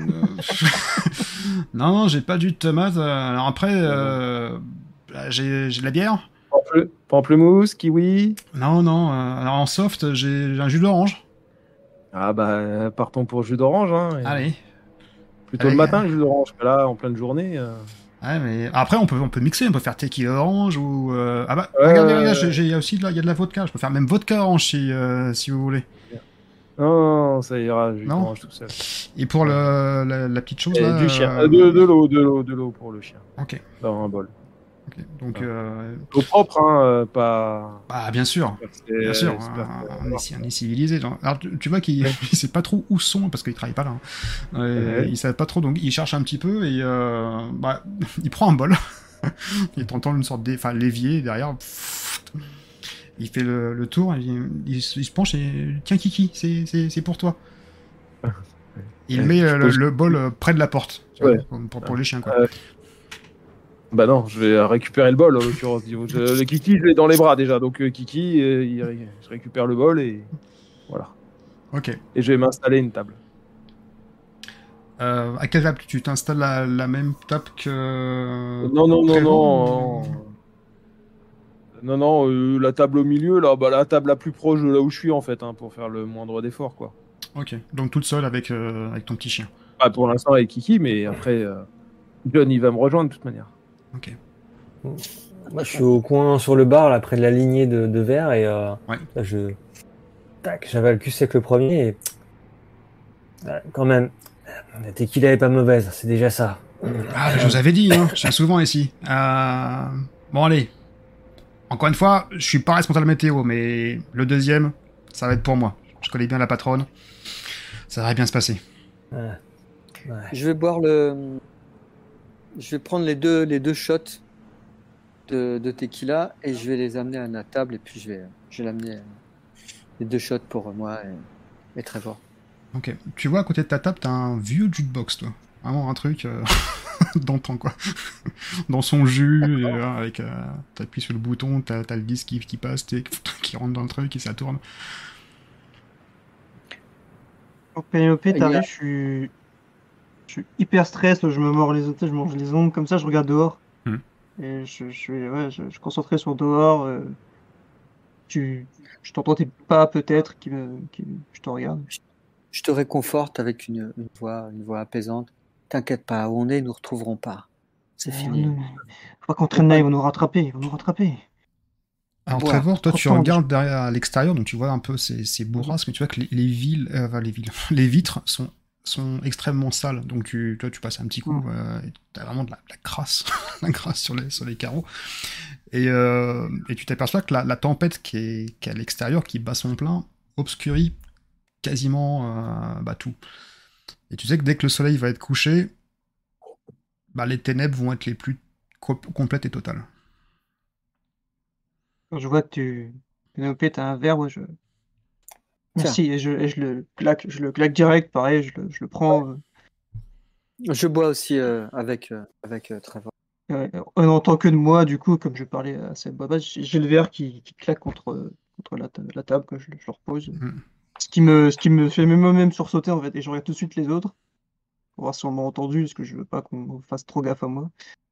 Speaker 1: non, non, j'ai pas de jus de tomate. euh, Alors après, euh... bah, j'ai j'ai de la bière.
Speaker 5: Pample- Pamplemousse, kiwi.
Speaker 1: Non, non. euh, Alors en soft, j'ai j'ai un jus d'orange.
Speaker 5: Ah bah, euh, partons pour jus d'orange. Hein, et
Speaker 1: Allez.
Speaker 5: Plutôt
Speaker 1: Allez.
Speaker 5: le matin, le jus d'orange. que Là, en pleine journée. euh,
Speaker 1: Ouais, mais après on peut on peut mixer, on peut faire tequila orange ou euh, ah bah
Speaker 5: Ouais,
Speaker 1: regardez,
Speaker 5: ouais,
Speaker 1: regardez,
Speaker 5: ouais.
Speaker 1: j'ai- j'ai il y a aussi de la, il y a de la vodka, je peux faire même vodka orange si euh, si vous voulez.
Speaker 5: Non, non, ça ira, jus
Speaker 1: Non.
Speaker 5: d'orange tout seul.
Speaker 1: Et pour le la, la petite chose
Speaker 5: Et
Speaker 1: là,
Speaker 5: du chien.
Speaker 1: euh,
Speaker 5: Euh, De, de l'eau, de l'eau, de l'eau pour le chien.
Speaker 1: Ok,
Speaker 5: Dans un bol.
Speaker 1: ok. Donc
Speaker 5: Ouais.
Speaker 1: euh,
Speaker 5: L'eau propre, hein, euh, pas.
Speaker 1: bah bien sûr.
Speaker 5: c'est-
Speaker 1: Bien sûr,
Speaker 5: c'est
Speaker 1: hein,
Speaker 5: pas-
Speaker 1: on, est, on est civilisé. genre. Alors tu, tu vois qu'il il sait pas trop où sont parce qu'il travaille pas là. Hein. Euh,
Speaker 5: Ouais.
Speaker 1: Il savait pas trop, donc il cherche un petit peu et euh, bah il prend un bol. Il t'entend une sorte d'é- enfin l'évier derrière. Il fait le, le tour, il, il se- il se penche et tiens Kiki, c'est c'est c'est pour toi. Il met euh, le,
Speaker 5: pose-
Speaker 1: le bol euh, près de la porte, tu vois,
Speaker 5: Ouais.
Speaker 1: pour, pour- pour les chiens, quoi.
Speaker 5: Euh, Bah non, je vais récupérer le bol, en l'occurrence. Je- Le Kiki, je l'ai dans les bras déjà. Donc, euh, Kiki, euh, il ré- je récupère le bol et voilà.
Speaker 1: Ok.
Speaker 5: Et je vais m'installer une table.
Speaker 1: Euh, à quelle table tu t'installes la, la même table que...
Speaker 5: Non, non, non,
Speaker 1: Prévost,
Speaker 5: non. Non, non, euh, la table au milieu, là, bah, la table la plus proche de là où je suis, en fait, hein, pour faire le moindre d'effort, quoi.
Speaker 1: Ok, donc toute seule avec, euh, avec ton petit chien.
Speaker 5: Pas pour l'instant avec Kiki, mais après, euh, John, il va me rejoindre de toute manière.
Speaker 1: Ok.
Speaker 3: Moi, je suis au coin sur le bar, là, près de la lignée de, de verre, et euh,
Speaker 1: Ouais.
Speaker 3: là, je. Tac, j'avais le cul sec le premier, et. Euh, quand même, la tequila est pas mauvaise, c'est déjà ça.
Speaker 1: Ah, je vous avais dit, hein, je viens souvent ici. Euh... Bon, allez. Encore une fois, je suis pas responsable météo, mais le deuxième, ça va être pour moi. Je connais bien la patronne. Ça va bien se passer.
Speaker 3: Ouais. Ouais.
Speaker 4: Je vais boire le. Je vais prendre les deux, les deux shots de, de tequila et je vais les amener à la table et puis je vais, je vais l'amener euh, les deux shots pour moi et, et Trevor.
Speaker 1: Ok. Tu vois, à côté de ta table, t'as un vieux jukebox, toi. Vraiment un truc euh, d'antan, quoi. Dans son jus, et, euh, avec... Euh, t'appuies sur le bouton, t'as, t'as le disque qui, qui passe, t'es- qui rentre dans le truc et ça tourne.
Speaker 2: Pour Pénélope,
Speaker 4: Il y a-
Speaker 2: t'arrives, je suis... je suis hyper stress, je me mords les ongles, je mange les ongles comme ça, je regarde dehors.
Speaker 1: Hmm.
Speaker 2: Et je, je suis ouais, je, je suis concentré sur dehors. euh, tu, je t'entends tes pas peut-être qui me, qui, je te regarde.
Speaker 4: Je te réconforte avec une, une voix, une voix apaisante. T'inquiète pas, où on est, nous retrouverons pas. C'est
Speaker 2: Euh,
Speaker 4: fini.
Speaker 2: on- Faut pas qu'on traîne là, ils vont nous rattraper, ils vont nous rattraper.
Speaker 1: Alors
Speaker 4: Boire.
Speaker 1: Trevor, toi
Speaker 2: Trop
Speaker 1: tu
Speaker 2: de temps,
Speaker 1: regardes derrière à l'extérieur, donc tu vois un peu ces, ces bourrasques, mais tu vois que les, les villes, euh, enfin, les villes, les vitres sont, sont extrêmement sales. Donc tu, toi tu passes un petit coup,
Speaker 2: Mm.
Speaker 1: euh, et t'as vraiment de la, de la crasse, la crasse sur les, sur les carreaux. Et, euh, et tu t'aperçois que la, la tempête qui est, qui est à l'extérieur, qui bat son plein, obscurit quasiment euh, bah, tout. Et tu sais que dès que le soleil va être couché, bah, les ténèbres vont être les plus co- complètes et totales.
Speaker 2: Quand je vois que tu, Pénélope, t'as un verre, ouais, je, merci, et je, et je le claque, je le claque direct, pareil, je le, je le prends. euh,
Speaker 4: Je bois aussi euh, avec, euh, avec euh, Trevor.
Speaker 2: Ouais, en n'entend que de moi, du coup, comme je parlais à cette baba, j'ai j'ai le verre qui, qui claque contre, contre la, ta- la table, que je, je le repose.
Speaker 1: Mm.
Speaker 2: Ce qui me, ce qui me fait moi-même sursauter, en fait, et je regarde tout de suite les autres, pour voir si on m'a entendu, parce que je veux pas qu'on fasse trop gaffe à moi.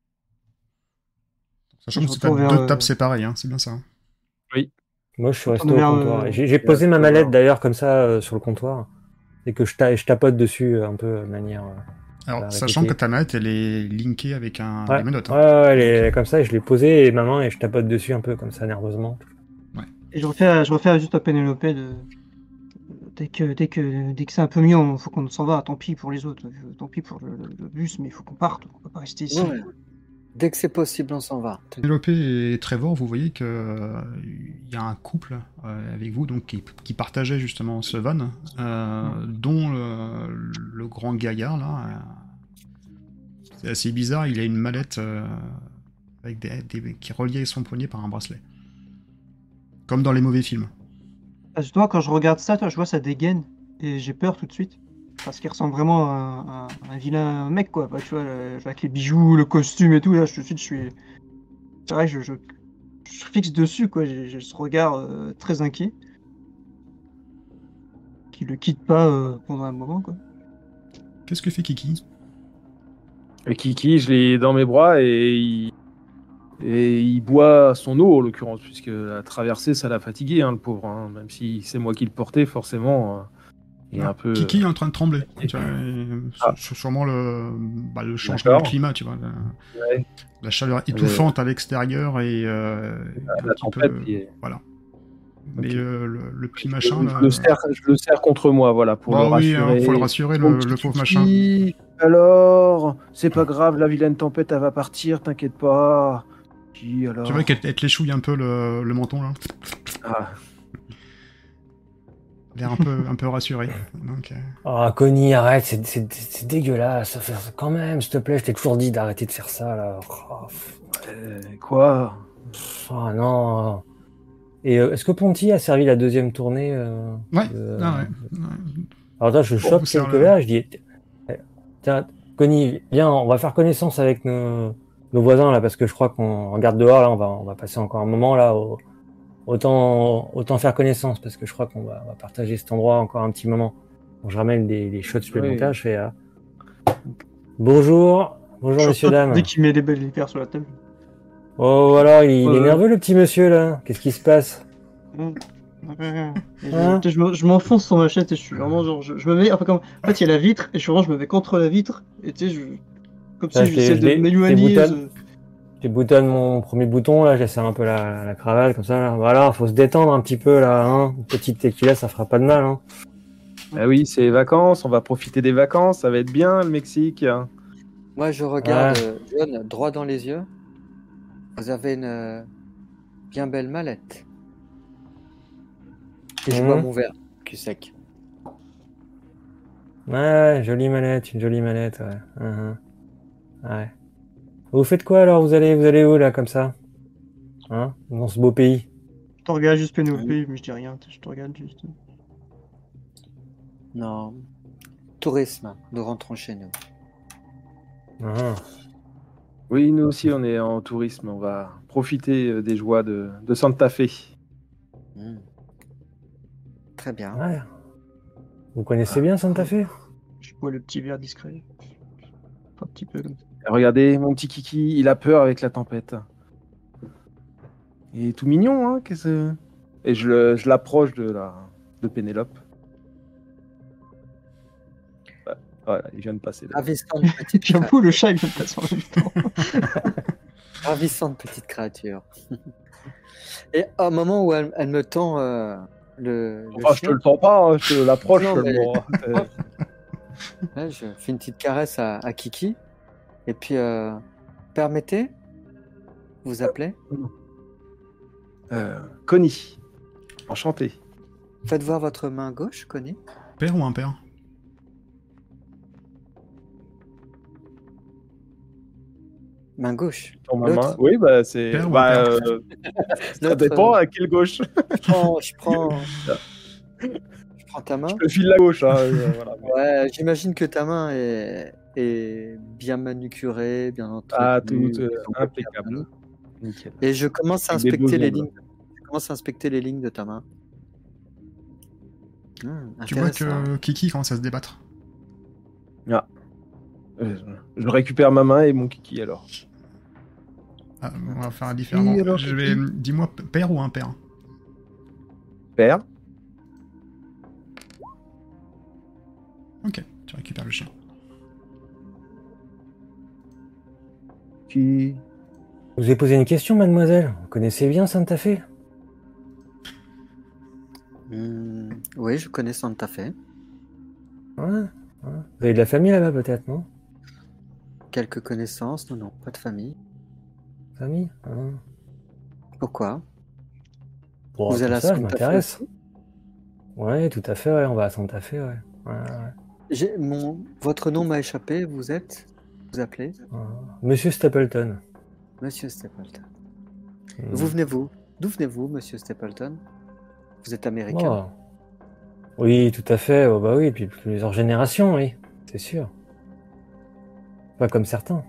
Speaker 1: Sachant
Speaker 2: Je
Speaker 1: que c'est pas
Speaker 2: retourne vers,
Speaker 1: deux
Speaker 2: euh,
Speaker 1: tables séparées, hein, c'est bien ça. hein.
Speaker 3: Moi, je suis
Speaker 2: Je
Speaker 3: resté
Speaker 2: tourne
Speaker 3: au
Speaker 2: vers,
Speaker 3: comptoir.
Speaker 2: euh,
Speaker 3: Et J'ai j'ai posé ma mallette d'ailleurs comme ça euh, sur le comptoir. Et que je, ta- je tapote dessus euh, un peu euh, de manière. euh,
Speaker 1: Alors,
Speaker 3: Bah,
Speaker 1: sachant
Speaker 3: répéter.
Speaker 1: que ta manette, elle est linkée avec un
Speaker 3: Ouais,
Speaker 1: des menottes.
Speaker 3: ouais,
Speaker 1: hein.
Speaker 3: ouais, elle est comme ça, et je l'ai posée et ma main et je tapote dessus un peu comme ça nerveusement.
Speaker 2: et je refais, je refais juste à Pénélope de, dès que, dès que, dès que c'est un peu mieux, il faut qu'on s'en va, tant pis pour les autres, euh, tant pis pour le, le- le bus, mais il faut qu'on parte, on peut pas rester ici.
Speaker 4: Ouais. Dès que c'est possible, on s'en va.
Speaker 1: Pénélope et Trevor, vous voyez que euh, il y a un couple euh, avec vous donc qui, qui partageait justement ce van, euh, dont le, le grand gaillard là. euh, c'est assez bizarre, il a une mallette euh, avec des, des- qui est reliée à son poignet par un bracelet, comme dans les mauvais films.
Speaker 2: Parce que toi, quand je regarde ça, toi, je vois ça dégaine, et j'ai peur tout de suite. Parce qu'il ressemble vraiment à un, à un vilain mec, quoi. Bah, tu vois, le- avec les bijoux, le costume et tout, là, je- tout de suite, je suis. C'est vrai, je, je, je fixe dessus, quoi. J'ai j'ai ce regard euh, très inquiet. Qui le quitte pas euh, pendant un moment, quoi.
Speaker 1: Qu'est-ce que fait Kiki?
Speaker 5: Et Kiki, je l'ai dans mes bras et il... et il boit son eau, en l'occurrence, puisque la traversée, ça l'a fatigué, hein, le pauvre. hein. Même si c'est moi qui le portais, forcément, euh, il est
Speaker 1: Ah,
Speaker 5: un peu...
Speaker 1: Kiki est en train de trembler. Tu vois, et
Speaker 5: Ah.
Speaker 1: c'est sûrement le, bah, le changement de
Speaker 5: D'accord.
Speaker 1: climat, tu vois. La,
Speaker 5: Ouais.
Speaker 1: la chaleur étouffante à l'extérieur et euh, un
Speaker 5: La
Speaker 1: petit
Speaker 5: tempête,
Speaker 1: peu-
Speaker 5: il est-
Speaker 1: voilà. Mais
Speaker 5: Ok.
Speaker 1: euh, le, le petit
Speaker 5: Je,
Speaker 1: machin, là,
Speaker 5: je le serre, je le serre contre moi, voilà, pour
Speaker 1: bah
Speaker 5: le
Speaker 1: oui, hein,
Speaker 5: rassurer.
Speaker 1: faut le rassurer,
Speaker 5: Mon
Speaker 1: le,
Speaker 5: petit
Speaker 1: le pauvre
Speaker 5: Kiki,
Speaker 1: machin.
Speaker 5: alors, c'est pas grave, la vilaine tempête, elle va partir, t'inquiète pas. Qui alors
Speaker 1: Tu vois qu'elle elle te léchouille un peu le, le menton, là.
Speaker 5: Ah,
Speaker 1: L'air un peu, un peu rassuré. Donc, euh,
Speaker 3: Oh, Connie, arrête, c'est- c'est c'est dégueulasse. Ça fait- Quand même, s'il te plaît, je t'ai toujours dit d'arrêter de faire ça, là. Oh, pff,
Speaker 5: euh, quoi
Speaker 3: pff, oh, non. Et euh, est-ce que Ponty a servi la deuxième tournée euh,
Speaker 1: Ouais,
Speaker 3: de-
Speaker 1: ah ouais, ouais.
Speaker 3: Alors là, je
Speaker 1: Pour
Speaker 3: chope
Speaker 1: vous servir.
Speaker 3: quelques verres, je dis, tiens, Connie, viens, on va faire connaissance avec nos, nos voisins là, parce que je crois qu'on regarde dehors là, on va, on va passer encore un moment là. Au, autant, autant faire connaissance, parce que je crois qu'on va, on va partager cet endroit encore un petit moment. Donc, je ramène des, des shots supplémentaires,
Speaker 5: Oui.
Speaker 3: je fais, euh, bonjour, bonjour messieurs dames.
Speaker 2: Dès qu'il met des belles liqueurs sur la table.
Speaker 3: Oh, alors, il, il est
Speaker 2: Ouais.
Speaker 3: nerveux le petit monsieur là. Qu'est-ce qui se passe?
Speaker 2: Mmh. Et je,
Speaker 3: Hein
Speaker 2: tu sais, je me- je m'enfonce sur ma chaise et je suis vraiment genre, je, je me mets, enfin, comme, en fait, il y a la vitre et je suis vraiment, je me mets contre la vitre et tu sais, je, comme
Speaker 3: Là,
Speaker 2: si
Speaker 3: je dé-
Speaker 2: j'essaie
Speaker 3: je
Speaker 2: de
Speaker 3: dé-
Speaker 2: m'éloigner.
Speaker 3: déboutonne.
Speaker 2: je-
Speaker 3: Je boutonne mon premier bouton, là, j'essaie un peu la, la cravate, comme ça, là. Voilà, faut se détendre un petit peu, là, hein. Une petite tequila, ça fera pas de mal, hein.
Speaker 5: Ah oui, c'est les vacances, on va profiter des vacances, ça va être bien le Mexique.
Speaker 4: Moi, je regarde euh, John droit dans les yeux. Vous avez une euh, bien belle mallette. Et je
Speaker 3: Mhm.
Speaker 4: bois mon verre, cul sec.
Speaker 3: Ouais, jolie mallette, une jolie mallette, ouais. Mhm. Ouais. Vous faites quoi, alors? Vous allez, vous allez où, là, comme ça? Hein? Dans ce beau pays?
Speaker 2: Je te regarde juste Pénélope, mais je dis rien, tu sais, je te regarde juste.
Speaker 4: Non. Tourisme, nous rentrons chez nous.
Speaker 3: Mhm.
Speaker 5: Oui, nous aussi, on est en tourisme, on va profiter euh, des joies de, de Santa Fe.
Speaker 4: Hmm. Très bien.
Speaker 3: Ouais. Vous connaissez bien Santa Fe?
Speaker 2: Je bois le petit verre discret. Un petit peu comme ça.
Speaker 5: Regardez, mon petit kiki, il a peur avec la tempête. Il est tout mignon, hein, qu'est-ce que... Et je, le- je l'approche de, la, de Pénélope. Ouais, Voilà, il vient de passer là.
Speaker 4: Ravissante petite, créature.
Speaker 2: J'avoue, le chat il me passe en même temps.
Speaker 4: Ravissante petite créature. Et au moment où elle, elle me tend euh, le, le
Speaker 5: Enfin, je te
Speaker 4: chien,
Speaker 5: le tends pas, hein, je te l'approche
Speaker 4: Non, mais-
Speaker 5: seulement. Euh,
Speaker 4: ouais, je fais une petite caresse à, à Kiki. Et puis, euh, permettez, vous appelez.
Speaker 5: euh, Connie, enchanté.
Speaker 4: Faites voir votre main gauche, Connie.
Speaker 1: Père ou impair?
Speaker 4: Main gauche.
Speaker 5: Ton main.
Speaker 4: L'autre.
Speaker 5: Oui, bah c'est.
Speaker 1: Père ou
Speaker 5: Bah,
Speaker 1: impair
Speaker 5: euh, ça
Speaker 4: L'autre,
Speaker 5: dépend
Speaker 4: euh,
Speaker 5: à quelle gauche.
Speaker 4: Je prends, je prends, je prends ta main.
Speaker 5: Je te file la gauche. Hein, euh, voilà.
Speaker 4: Ouais, j'imagine que ta main est, est bien manucurée, bien entretenue.
Speaker 5: Ah, tout euh,
Speaker 4: bien
Speaker 5: impeccable. Nickel.
Speaker 4: Et je commence à
Speaker 5: Avec des
Speaker 4: inspecter
Speaker 5: beaux
Speaker 4: les
Speaker 5: ongles.
Speaker 4: lignes. Je commence à inspecter les lignes de ta main. Hmm,
Speaker 1: Tu vois
Speaker 4: intéressant.
Speaker 1: que Kiki commence à se débattre.
Speaker 5: Euh, je récupère ma main et mon kiki alors.
Speaker 1: Ah, on va faire différemment.
Speaker 5: alors,
Speaker 1: Je vais...
Speaker 5: Kiki
Speaker 1: Dis-moi père ou impair?
Speaker 5: Père.
Speaker 1: Ok, tu récupères le chien.
Speaker 5: Qui.
Speaker 3: Je vous ai posé une question, mademoiselle. Vous connaissez bien Santa Fe?
Speaker 4: Hmm, oui, je connais Santa Fe.
Speaker 3: Ouais, ouais. Vous avez de la famille là-bas, peut-être, non?
Speaker 4: Quelques connaissances, non, non, pas de famille.
Speaker 3: Famille? Hein.
Speaker 4: Pourquoi?
Speaker 3: Bon,
Speaker 4: Vous
Speaker 3: tout
Speaker 4: allez à
Speaker 3: ça, je
Speaker 4: Santa Fe
Speaker 3: m'intéresse.
Speaker 4: aussi?
Speaker 3: Ouais, tout à fait, ouais, on va à Santa Fe, ouais. Ouais, ouais.
Speaker 4: J'ai- mon... Votre nom m'a échappé, vous êtes? Vous appelez?
Speaker 3: Ouais. Monsieur Stapleton.
Speaker 4: Monsieur Stapleton.
Speaker 3: Hmm.
Speaker 4: Vous venez-vous? D'où venez-vous, Monsieur Stapleton? Vous êtes américain?
Speaker 3: Oh. Oui, tout à fait. Oh, bah oui, depuis plusieurs générations, oui, c'est sûr. Pas comme certains.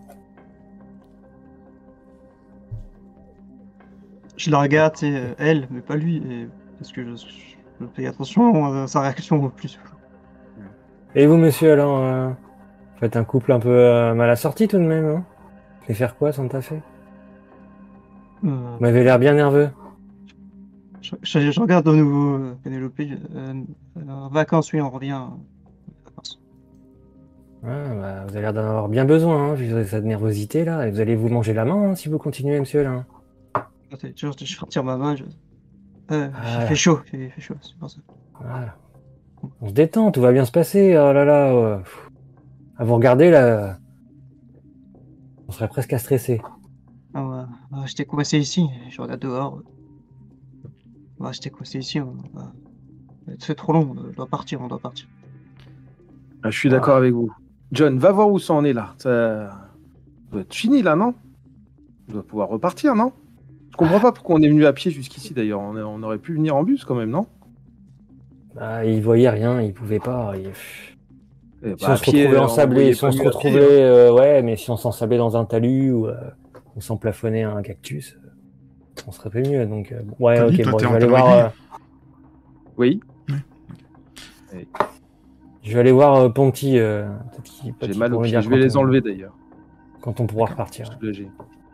Speaker 2: Je la regarde, tu sais, euh, elle, mais pas lui, et... parce que je, je fais attention à sa réaction au plus.
Speaker 3: Et vous, monsieur, alors, euh, vous faites un couple un peu euh, mal assorti tout de même, hein? Vous allez faire quoi, Santa Fe?
Speaker 2: Euh,
Speaker 3: Vous m'avez l'air bien nerveux.
Speaker 2: je, je- je regarde de nouveau euh, Pénélope. Euh, en vacances, oui, on revient. euh, vacances.
Speaker 3: Ouais, bah, vous avez l'air d'en avoir bien besoin, hein, vu cette nervosité là. Et vous allez vous manger la main hein, si vous continuez, monsieur là.
Speaker 2: Attends, tu vois, je retire ma main. Je... Euh,
Speaker 3: Ah.
Speaker 2: Il fait chaud, il fait chaud, c'est pour ça.
Speaker 3: Voilà. On se détend, tout va bien se passer. Oh là là. euh, pff. À vous regarder là, on serait presque à stresser.
Speaker 2: Ah, on va, on va rester coincé ici, je regarde dehors. On va rester coincé ici, on va... c'est trop long, on doit partir, on doit partir.
Speaker 5: Ah, je suis d'accord
Speaker 3: Ah.
Speaker 5: avec vous. John, va voir où ça en est là. Ça doit être fini là, non? On doit pouvoir repartir, non? Je comprends pas pourquoi on est venu à pied jusqu'ici d'ailleurs. On, a- on aurait pu venir en bus quand même, non?
Speaker 3: Bah, il voyait rien, il pouvait pas. il-
Speaker 5: Eh
Speaker 3: Si
Speaker 5: bah,
Speaker 3: on
Speaker 5: à
Speaker 3: se
Speaker 5: pied,
Speaker 3: retrouvait
Speaker 5: on
Speaker 3: ensablé,
Speaker 5: voyait
Speaker 3: si on
Speaker 5: pas
Speaker 3: se
Speaker 5: mieux à pied,
Speaker 3: retrouvait,
Speaker 5: hein.
Speaker 3: euh, ouais, mais si on s'ensablait dans un talus ou euh, on s'emplafonnait à un cactus, euh, on serait pas mieux. Donc, euh, bon, ouais,
Speaker 1: Connie,
Speaker 3: ok,
Speaker 1: toi,
Speaker 3: bon,
Speaker 1: t'es
Speaker 3: je
Speaker 1: en
Speaker 3: vais aller
Speaker 1: talon
Speaker 3: voir.
Speaker 1: aiguille.
Speaker 3: euh,
Speaker 5: Oui,
Speaker 3: je vais aller voir euh, Ponty. euh, peut-être qu'il- peut-être
Speaker 5: j'ai
Speaker 3: qu'il
Speaker 5: mal aux
Speaker 3: pourra me
Speaker 5: pieds.
Speaker 3: dire
Speaker 5: Je vais
Speaker 3: quand
Speaker 5: les
Speaker 3: on-
Speaker 5: enlever d'ailleurs.
Speaker 3: quand on pourra
Speaker 1: D'accord.
Speaker 3: repartir.
Speaker 5: Soulagé.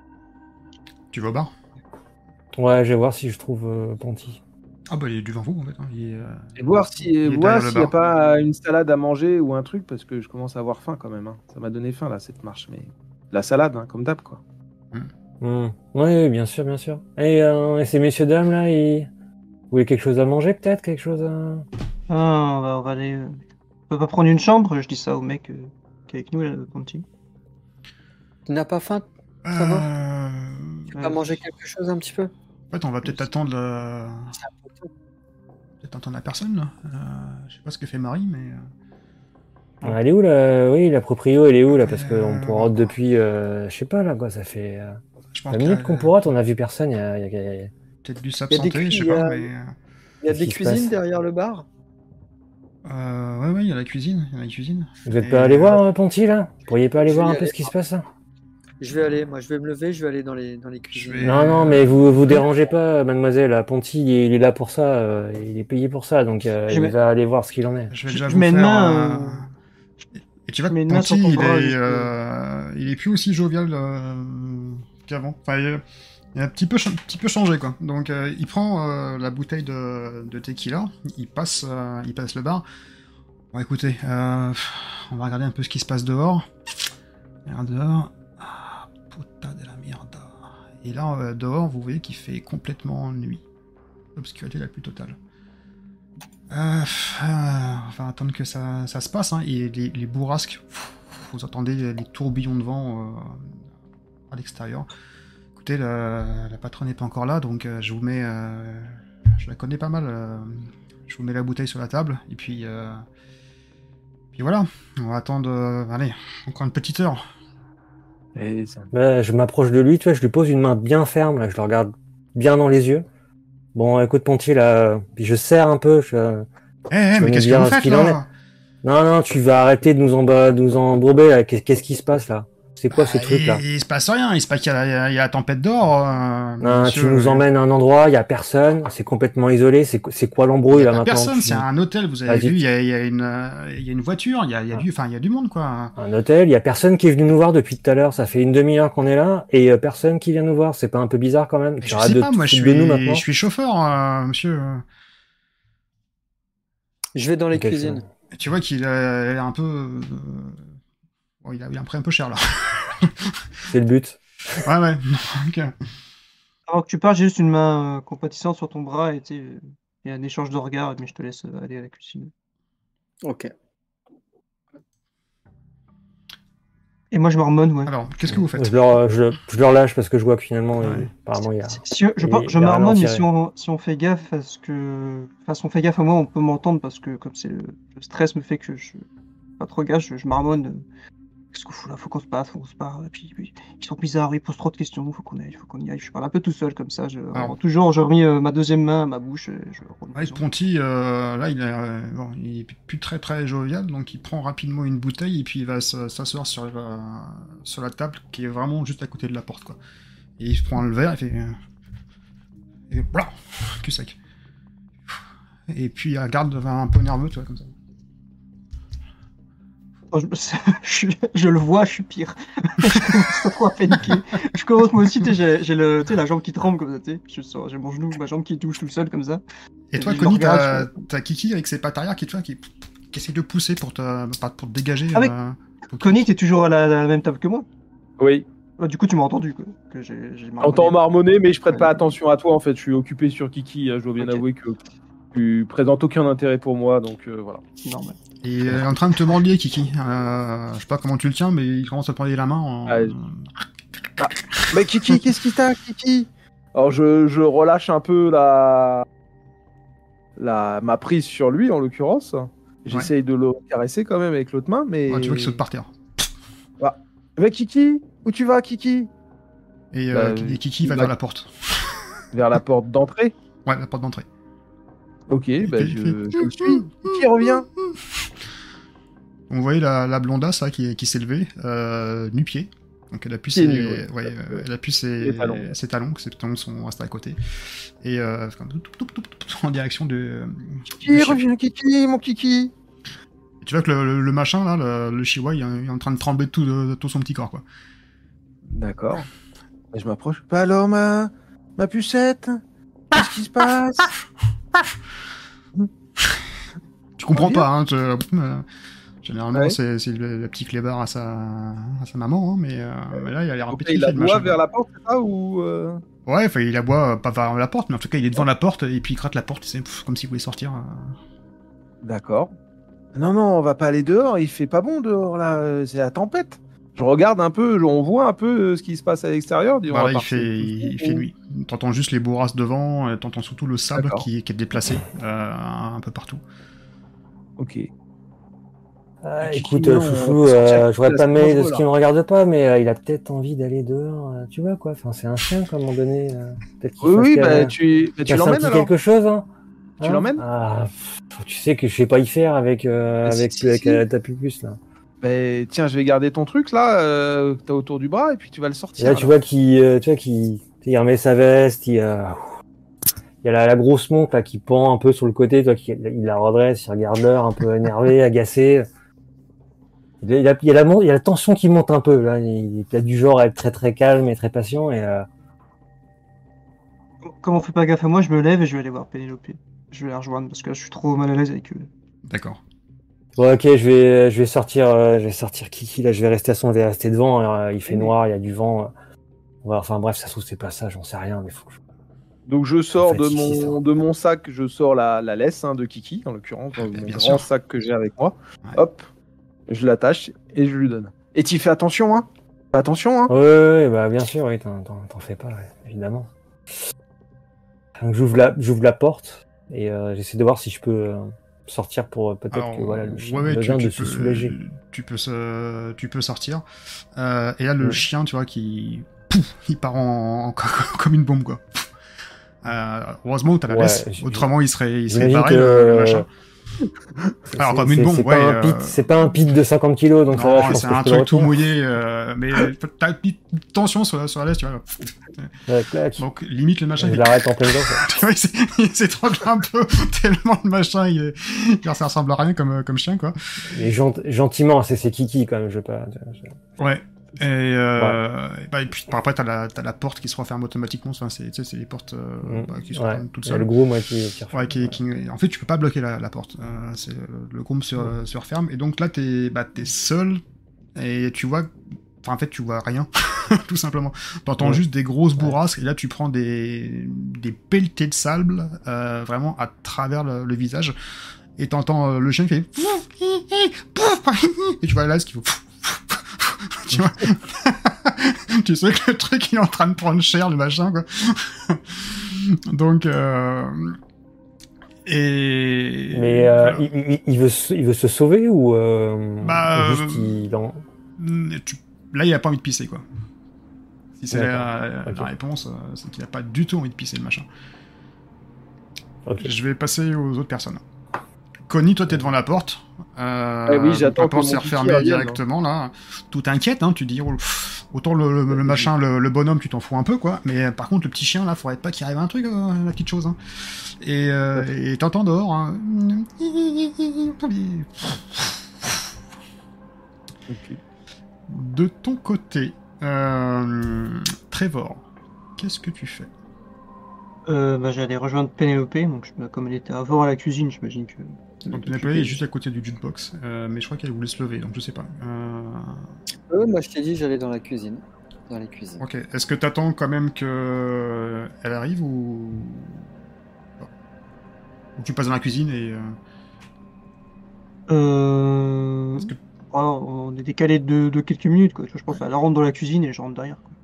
Speaker 1: Tu vas au bar?
Speaker 3: Ouais, je vais voir si je trouve euh, Ponty.
Speaker 1: Ah bah il est devant vous en fait. Hein. Il est, euh,
Speaker 5: Et voir si,
Speaker 1: il est
Speaker 5: voir
Speaker 1: derrière le
Speaker 5: s'il n'y a
Speaker 1: bar.
Speaker 5: pas une salade à manger ou un truc, parce que je commence à avoir faim quand même. Hein. Ça m'a donné faim là, cette marche. Mais la salade, hein, comme d'hab, quoi.
Speaker 3: Hmm. Oui, bien sûr, bien sûr. Et, euh, et ces messieurs dames là, ils vous voulez quelque chose à manger peut-être, quelque chose à...
Speaker 2: Ah, on va, on va aller. euh, On peut pas prendre une chambre? Je dis ça au mec euh, qui est avec nous, là, le Ponty.
Speaker 4: Tu n'as pas faim? Ça va
Speaker 1: Euh...
Speaker 4: Tu peux pas manger quelque chose un petit peu?
Speaker 1: En fait, on va peut-être attendre. euh,
Speaker 4: C'est un peu tôt.
Speaker 1: Peut-être attendre la personne là. Euh, Je sais pas ce que fait Marie, mais. euh,
Speaker 3: Ah, elle est où là? Oui, la proprio, elle est où là? Parce
Speaker 1: Euh,
Speaker 3: qu'on pourra depuis, euh, je sais pas là quoi, ça fait euh,
Speaker 1: Je pense
Speaker 3: vingt minutes
Speaker 1: qu'elle
Speaker 3: qu'on
Speaker 1: a
Speaker 3: pourra. On a vu personne. Il y a, il y a- il y a-
Speaker 1: peut-être dû
Speaker 4: Il y a des
Speaker 1: s'absenter,
Speaker 4: cu-
Speaker 1: je sais
Speaker 4: il y
Speaker 1: pas,
Speaker 4: a-
Speaker 1: mais.
Speaker 4: Il y a
Speaker 3: Qu'est-ce
Speaker 4: des
Speaker 3: qui se
Speaker 4: cuisines
Speaker 3: passe
Speaker 4: derrière le bar?
Speaker 1: Euh, ouais, ouais, il y a la cuisine. Il y a la cuisine.
Speaker 3: Vous êtes
Speaker 1: Et,
Speaker 3: pas allé
Speaker 1: euh,
Speaker 3: voir euh, Ponty là? Vous pourriez pas aller
Speaker 4: Je
Speaker 3: voir
Speaker 4: vais
Speaker 3: un
Speaker 4: y
Speaker 3: peu
Speaker 4: aller,
Speaker 3: ce qui se
Speaker 4: moi.
Speaker 3: passe là?
Speaker 4: Je vais aller, moi je vais me lever, je vais aller dans les, dans les cuisines.
Speaker 1: vais-
Speaker 3: Non, non, mais vous vous dérangez pas, mademoiselle. là. Ponty, il est, il est là pour ça. euh, il est payé pour ça, donc euh,
Speaker 2: Je
Speaker 3: il
Speaker 2: mets-
Speaker 3: va aller voir ce qu'il en est.
Speaker 1: Je vais
Speaker 2: Je-
Speaker 1: déjà
Speaker 2: je
Speaker 1: vous
Speaker 2: mets une
Speaker 1: faire.
Speaker 2: main,
Speaker 1: euh,
Speaker 2: euh,
Speaker 1: Et tu vois
Speaker 2: je
Speaker 1: que
Speaker 2: mets une main sur
Speaker 1: Ponty,
Speaker 2: ton
Speaker 1: il
Speaker 2: bras,
Speaker 1: est,
Speaker 2: juste,
Speaker 1: euh, il est plus aussi jovial euh, qu'avant. Enfin, il, il a un petit peu, ch- un petit peu changé, quoi. Donc, euh, il prend euh, la bouteille de, de tequila, il passe, euh, il passe le bar. Bon, écoutez, euh, on va regarder un peu ce qui se passe dehors. Regarde dehors. Ah, puta de la merde. Et là, euh, dehors, vous voyez qu'il fait complètement nuit. L'obscurité la plus totale. Euh, euh, on va attendre que ça, ça se passe. Hein. Et les, les bourrasques, vous entendez les tourbillons de vent euh, à l'extérieur. Écoutez, la, la patronne n'est pas encore là, donc euh, je vous mets... euh, je la connais pas mal. euh, je vous mets la bouteille sur la table, et puis... Euh, puis voilà, on va attendre... euh, allez, encore une petite heure.
Speaker 5: Et ça-
Speaker 3: Bah, je m'approche de lui, tu vois, je lui pose une main bien ferme, là, je le regarde bien dans les yeux. Bon, écoute, Ponty, là, puis je serre un peu. Je...
Speaker 1: Eh, eh,
Speaker 3: Je
Speaker 1: mais
Speaker 3: vais
Speaker 1: qu'est-ce
Speaker 3: nous
Speaker 1: que
Speaker 3: dire
Speaker 1: vous
Speaker 3: ce
Speaker 1: faites,
Speaker 3: qu'il en
Speaker 1: là?
Speaker 3: Non, non, tu vas arrêter de nous, emba... de nous embourber, là. Qu'est- Qu'est-ce qui se passe, là? C'est quoi ce
Speaker 1: Ah,
Speaker 3: truc, là?
Speaker 1: il, il se passe rien, il se passe qu'il y a, il y a- il y a la tempête dehors. euh,
Speaker 3: Non,
Speaker 1: monsieur.
Speaker 3: tu nous emmènes à un endroit, il y a personne, c'est complètement isolé, c'est qu- c'est quoi
Speaker 1: Il
Speaker 3: l'embrouille,
Speaker 1: y
Speaker 3: là,
Speaker 1: a pas
Speaker 3: maintenant?
Speaker 1: personne,
Speaker 3: Tu-
Speaker 1: c'est un hôtel, vous avez
Speaker 3: Vas-y.
Speaker 1: vu, il y a, il y a une, euh, il y a une voiture, il y a, il y a
Speaker 3: Ah.
Speaker 1: du, enfin, il y a du monde, quoi.
Speaker 3: Un hôtel, il y a personne qui est venu nous voir depuis tout à l'heure, ça fait une demi-heure qu'on est là, et euh, personne qui vient nous voir, c'est pas un peu bizarre quand même?
Speaker 1: Mais
Speaker 3: Tu
Speaker 1: je
Speaker 3: arrêtes
Speaker 1: sais
Speaker 3: de
Speaker 1: pas,
Speaker 3: te
Speaker 1: moi, je
Speaker 3: foutre de nous
Speaker 1: suis,
Speaker 3: maintenant?
Speaker 1: je suis chauffeur, euh, monsieur.
Speaker 4: Je vais dans les
Speaker 3: Ok,
Speaker 4: cuisines.
Speaker 1: Et tu vois qu'il a l'air un peu, euh, bon, il a, il a un prix un peu cher, là.
Speaker 3: C'est le but.
Speaker 1: Ouais, ouais. Ok.
Speaker 2: Avant que tu parles, j'ai juste une main euh, compatissante sur ton bras et tu sais, euh, il y a un échange de regards, mais je te laisse euh, aller à la cuisine.
Speaker 4: Ok.
Speaker 2: Et moi, je marmonne, ouais.
Speaker 1: Alors, qu'est-ce que vous faites?
Speaker 3: Je leur, je, je leur lâche parce que je vois que finalement,
Speaker 1: Ouais.
Speaker 3: il- apparemment, il y a...
Speaker 2: Si- si- je,
Speaker 3: il-
Speaker 2: par-
Speaker 3: il
Speaker 2: je
Speaker 3: y a rien à en
Speaker 2: marmonne, mais
Speaker 3: tirer.
Speaker 2: si on, si on fait gaffe à ce que. Enfin, si on fait gaffe à moi, on peut m'entendre parce que, comme c'est le, le stress me fait que je. Pas trop gaffe, je, je marmonne. euh, Qu'est-ce qu'on fout là? Faut qu'on se batte, faut qu'on se barre. Et puis, puis, ils sont bizarres, ils posent trop de questions, faut qu'on aille, faut qu'on y aille. Je parle un peu tout seul comme ça. Je,
Speaker 1: Alors.
Speaker 2: alors, toujours, j'ai remis euh, ma deuxième main à ma bouche. Et je roule
Speaker 1: Ouais,
Speaker 2: dedans.
Speaker 1: Ponty, euh, là, il est, euh, bon, il est plus très très jovial, donc il prend rapidement une bouteille et puis il va s- s'asseoir sur la, sur la table qui est vraiment juste à côté de la porte, quoi. Et il prend le verre et fait. euh, Et blah, cul sec. Et puis il regarde un peu nerveux, tu vois, comme ça.
Speaker 2: Oh, je, je, je le vois, je suis pire. Je commence trop à paniquer. Je commence moi aussi, tu sais, j'ai j'ai le, tu sais, la jambe qui tremble comme ça, tu sais. Je sens- J'ai mon genou, ma jambe qui touche tout seul comme ça.
Speaker 1: Et toi,
Speaker 2: Je
Speaker 1: Connie,
Speaker 2: regarde,
Speaker 1: t'as
Speaker 2: je
Speaker 1: t'as Kiki avec ses pattes arrière qui, tu vois, qui, qui essaie de pousser pour te, pour te dégager.
Speaker 2: Ah oui.
Speaker 1: euh, pour-
Speaker 2: Connie, t'es toujours à la, à la même table que moi.
Speaker 5: Oui,
Speaker 2: Ah, du coup, tu m'as entendu, quoi. Que j'ai j'ai marmonné.
Speaker 5: j'entends marmonner, mais je prête
Speaker 2: Ouais.
Speaker 5: pas attention à toi en fait. Je suis occupé sur Kiki. hein, Je dois bien
Speaker 2: Ok.
Speaker 5: avouer que tu présentes aucun intérêt pour moi, donc euh, voilà.
Speaker 2: C'est normal.
Speaker 1: Et il est en train de te mordiller, Kiki. Euh, je sais pas comment tu le tiens, mais il commence à te mordiller la main. En...
Speaker 5: Ah, Mais Kiki, qu'est-ce qui t'a, Kiki? Alors je, je relâche un peu la... la ma prise sur lui en l'occurrence. J'essaye de le caresser quand même avec l'autre main, mais.
Speaker 1: Ouais, tu vois qu'il saute par terre.
Speaker 5: Mais Kiki, où tu vas, Kiki?
Speaker 1: Et, euh,
Speaker 5: Bah,
Speaker 1: et Kiki va
Speaker 5: bah-
Speaker 1: vers la porte.
Speaker 5: Vers la porte d'entrée.
Speaker 1: Ouais, la porte d'entrée.
Speaker 5: Ok, bah
Speaker 1: fait-
Speaker 5: je,
Speaker 1: il fait-
Speaker 5: je le suis. Qui revient?
Speaker 1: On voyait la, la blondasse là, qui, qui s'est levée, euh, nu-pied. Donc elle appuie
Speaker 5: Pieds
Speaker 1: ses,
Speaker 5: nus, ouais.
Speaker 1: ouais, euh, elle appuie ses,
Speaker 5: Les talons.
Speaker 1: ses talons, que ses talons sont restés à côté. Et euh, comme tout, tout, tout, tout, tout, en direction de.
Speaker 5: Qui
Speaker 1: du chien.
Speaker 5: revient, Kiki, mon Kiki?
Speaker 1: Et tu vois que le, le- le machin là, le, le Chihuahua, il est, il est en train de trembler de tout, de, de tout son petit corps, quoi.
Speaker 5: D'accord. Et je m'approche. Pas alors, ma, ma pucette? Qu'est-ce qui se passe?
Speaker 1: Tu comprends
Speaker 5: Revient.
Speaker 1: pas, hein. tu- euh, généralement,
Speaker 5: Ouais.
Speaker 1: c'est, c'est le, le petit clébard à sa, à sa maman, hein, mais, euh, mais là, il a l'air
Speaker 5: Donc,
Speaker 1: pétrifié,
Speaker 5: il
Speaker 1: le
Speaker 5: aboie
Speaker 1: machin.
Speaker 5: vers la porte, c'est ça ou euh...
Speaker 1: Ouais, enfin, il aboie euh, pas vers la porte, mais en tout cas, il est devant la porte et puis il gratte la porte, c'est pff, comme s'il voulait sortir. euh.
Speaker 5: D'accord. Non, non, on va pas aller dehors. Il fait pas bon dehors là. euh, C'est la tempête. Je regarde un peu, on voit un peu euh, ce qui se passe à l'extérieur. disons,
Speaker 1: Voilà,
Speaker 5: à
Speaker 1: il
Speaker 5: part
Speaker 1: fait,
Speaker 5: ces-
Speaker 1: il, il fait nuit. T'entends juste les bourrasques devant, euh, t'entends surtout le sable
Speaker 5: D'accord.
Speaker 1: qui, qui est déplacé euh, un peu partout.
Speaker 5: Ok.
Speaker 3: Ah,
Speaker 5: Kiki,
Speaker 3: écoute,
Speaker 5: non,
Speaker 3: euh,
Speaker 5: on
Speaker 3: Foufou,
Speaker 5: va sortir
Speaker 3: euh,
Speaker 5: de
Speaker 3: je voudrais
Speaker 5: la
Speaker 3: pas mêler de
Speaker 5: dangereux,
Speaker 3: ce
Speaker 5: là.
Speaker 3: qui me regarde pas, mais euh, il a peut-être envie d'aller dehors, euh, tu vois quoi. Enfin, c'est un chien, quoi, à un moment donné. euh, peut-être qu'il
Speaker 5: Oui,
Speaker 3: fasse
Speaker 5: oui,
Speaker 3: qu'il y a-
Speaker 5: bah tu, bah,
Speaker 3: qu'il
Speaker 5: tu
Speaker 3: fasse un
Speaker 5: l'emmènes
Speaker 3: petit
Speaker 5: alors.
Speaker 3: quelque chose, hein.
Speaker 5: Tu
Speaker 3: Hein
Speaker 5: l'emmènes
Speaker 3: Ah, pff, tu sais que je sais pas y faire avec, euh,
Speaker 5: Bah, si,
Speaker 3: avec,
Speaker 5: si,
Speaker 3: avec
Speaker 5: si.
Speaker 3: euh, ta pupus, là.
Speaker 5: Bah, tiens, je vais garder ton truc là, euh, que t'as autour du bras, et puis tu vas le
Speaker 3: Et
Speaker 5: sortir.
Speaker 3: là, tu
Speaker 5: alors.
Speaker 3: vois qu'il euh, tu vois, qu'il il remet sa veste, il, euh, il y a la, la grosse montre là, qui pend un peu sur le côté, toi, qui, il la redresse, il regarde l'heure, un peu énervé, agacé. Il y a, il y a, il y a la, mon- il y a la tension qui monte un peu, là. Il, il a du genre à être très très calme et très patient, et euh,
Speaker 2: Comme on fait pas gaffe à moi, je me lève et je vais aller voir Pénélope. Je vais la rejoindre parce que là, je suis trop mal à l'aise avec eux.
Speaker 1: D'accord.
Speaker 3: bon, ok, je vais, je vais sortir, euh, je vais sortir Kiki, là, je vais rester à son, je vais rester devant, euh, il fait
Speaker 5: Oui.
Speaker 3: noir, il y a du vent. euh, on va- enfin bref, ça se trouve c'est pas ça, j'en sais rien, mais faut que je...
Speaker 5: Donc je sors de
Speaker 3: Fatigué, c'est
Speaker 5: mon,
Speaker 3: ça.
Speaker 5: de mon sac, je sors la, la laisse hein, de Kiki, en l'occurrence, dans
Speaker 1: Bien
Speaker 5: mon
Speaker 1: sûr.
Speaker 5: grand sac que j'ai avec moi.
Speaker 1: Ouais.
Speaker 5: Hop, je l'attache et je lui donne. Et tu fais attention, hein. Fais attention, hein.
Speaker 3: Ouais, ouais, ouais, bah bien sûr, oui, t'en, t'en, t'en fais pas, ouais, évidemment. Donc j'ouvre la, j'ouvre la porte et euh, j'essaie de voir si je peux euh, sortir pour euh, peut-être
Speaker 1: Alors,
Speaker 3: que voilà le chien
Speaker 1: ouais, ouais,
Speaker 3: a
Speaker 1: tu,
Speaker 3: besoin
Speaker 1: tu
Speaker 3: de se
Speaker 1: peux,
Speaker 3: soulager.
Speaker 1: tu peux, se- tu peux sortir. Euh, et là, le
Speaker 3: Ouais.
Speaker 1: chien, tu vois, qui, pouf, il part en, en- comme une bombe, quoi. Euh, heureusement que t'as la
Speaker 3: Ouais,
Speaker 1: laisse.
Speaker 3: j-
Speaker 1: Autrement, il serait, il serait
Speaker 3: J'imagine
Speaker 1: barré
Speaker 3: que
Speaker 1: le, le machin.
Speaker 3: c'est-
Speaker 1: Alors,
Speaker 3: c'est-
Speaker 1: comme une
Speaker 3: c'est-
Speaker 1: bombe,
Speaker 3: c'est
Speaker 1: ouais,
Speaker 3: pas un
Speaker 1: euh,
Speaker 3: pit, c'est pas un pit de cinquante kilos, donc ça va, je
Speaker 1: Non,
Speaker 3: pense
Speaker 1: c'est
Speaker 3: que je
Speaker 1: un
Speaker 3: peux le
Speaker 1: truc tout
Speaker 3: retenir.
Speaker 1: mouillé, euh, mais t'as une petite tension sur la, sur la laisse, tu vois.
Speaker 3: Ouais, clac.
Speaker 1: Donc, limite, le machin,
Speaker 3: Je
Speaker 1: il,
Speaker 3: l'arrête en plein dedans. quoi.
Speaker 1: tu vois, il s'é- il s'étrangle un peu, tellement le machin, il est... genre, ça ressemble à rien comme, comme chien, quoi.
Speaker 3: Mais gent- gentiment, c'est, c'est Kiki quand même, je veux pas. je-
Speaker 1: Ouais. Et, euh, et, bah, et puis par après, t'as la, t'as la porte qui se referme automatiquement. Enfin, c'est, tu sais, c'est les portes euh,
Speaker 3: Mm.
Speaker 1: bah, qui se
Speaker 3: Ouais.
Speaker 1: referment toutes
Speaker 3: Il y a
Speaker 1: seules.
Speaker 3: le gros, moi, qui, qui refait.
Speaker 1: Ouais, qui, qui- en fait, tu peux pas bloquer la, la porte. Euh, c'est, le groupe se,
Speaker 3: Mm.
Speaker 1: se referme. Et donc là, t'es, bah, t'es seul. Et tu vois. Enfin, en fait, tu vois rien. Tout simplement. T'entends
Speaker 3: Ouais.
Speaker 1: juste des grosses bourrasques. Et là, tu prends des, des pelletées de sable. Euh, vraiment à travers le, le visage. Et t'entends euh, le chien qui fait. Et tu vois là ce qu'il faut. Tu vois. Tu sais que le truc il est en train de prendre cher, le machin, quoi. Donc, euh... et.
Speaker 3: Mais euh,
Speaker 1: voilà.
Speaker 3: il, il- il veut se, il veut se sauver ou euh,
Speaker 1: Bah,
Speaker 3: ou juste
Speaker 1: euh,
Speaker 3: il en...
Speaker 1: Tu- Là, il a pas envie de pisser, quoi. Si c'est la,
Speaker 3: D'accord.
Speaker 1: la
Speaker 3: Ok.
Speaker 1: réponse, euh, c'est qu'il a pas du tout envie de pisser, le machin.
Speaker 3: Ok.
Speaker 1: Je vais passer aux autres personnes. Connie, toi, t'es devant la porte. Euh,
Speaker 5: Eh oui,
Speaker 1: donc
Speaker 5: j'attends
Speaker 1: la porte
Speaker 5: que
Speaker 1: s'est
Speaker 5: mon Kiki
Speaker 1: refermée
Speaker 5: revienne,
Speaker 1: directement, là. Tout t'inquiète, hein, tu dis, oh, autant le, le- le machin, le, le bonhomme, tu t'en fous un peu, quoi. Mais par contre, le petit chien, là, faudrait pas qu'il arrive un truc, euh, la petite chose. Hein. Et euh, et t'entends dehors, hein.
Speaker 5: Ok.
Speaker 1: De ton côté, euh, Trevor, qu'est-ce que tu fais?
Speaker 2: Euh, bah, j'allais rejoindre Pénélope, donc je- bah, comme elle était avant à la cuisine, j'imagine que.
Speaker 1: Donc Pénélope est juste à côté du jukebox, euh, mais je crois qu'elle voulait se lever, donc je sais pas. Euh...
Speaker 4: Euh, moi, je t'ai dit, j'allais dans la cuisine. Dans les cuisines.
Speaker 1: Ok, est-ce que t'attends quand même que elle arrive ou... Ou tu passes dans la cuisine et... euh,
Speaker 2: Euh...
Speaker 1: Parce que-
Speaker 2: oh, on est décalé de, de quelques minutes, quoi. Tu vois, je pense qu'elle rentre dans la cuisine et je rentre derrière. Quoi.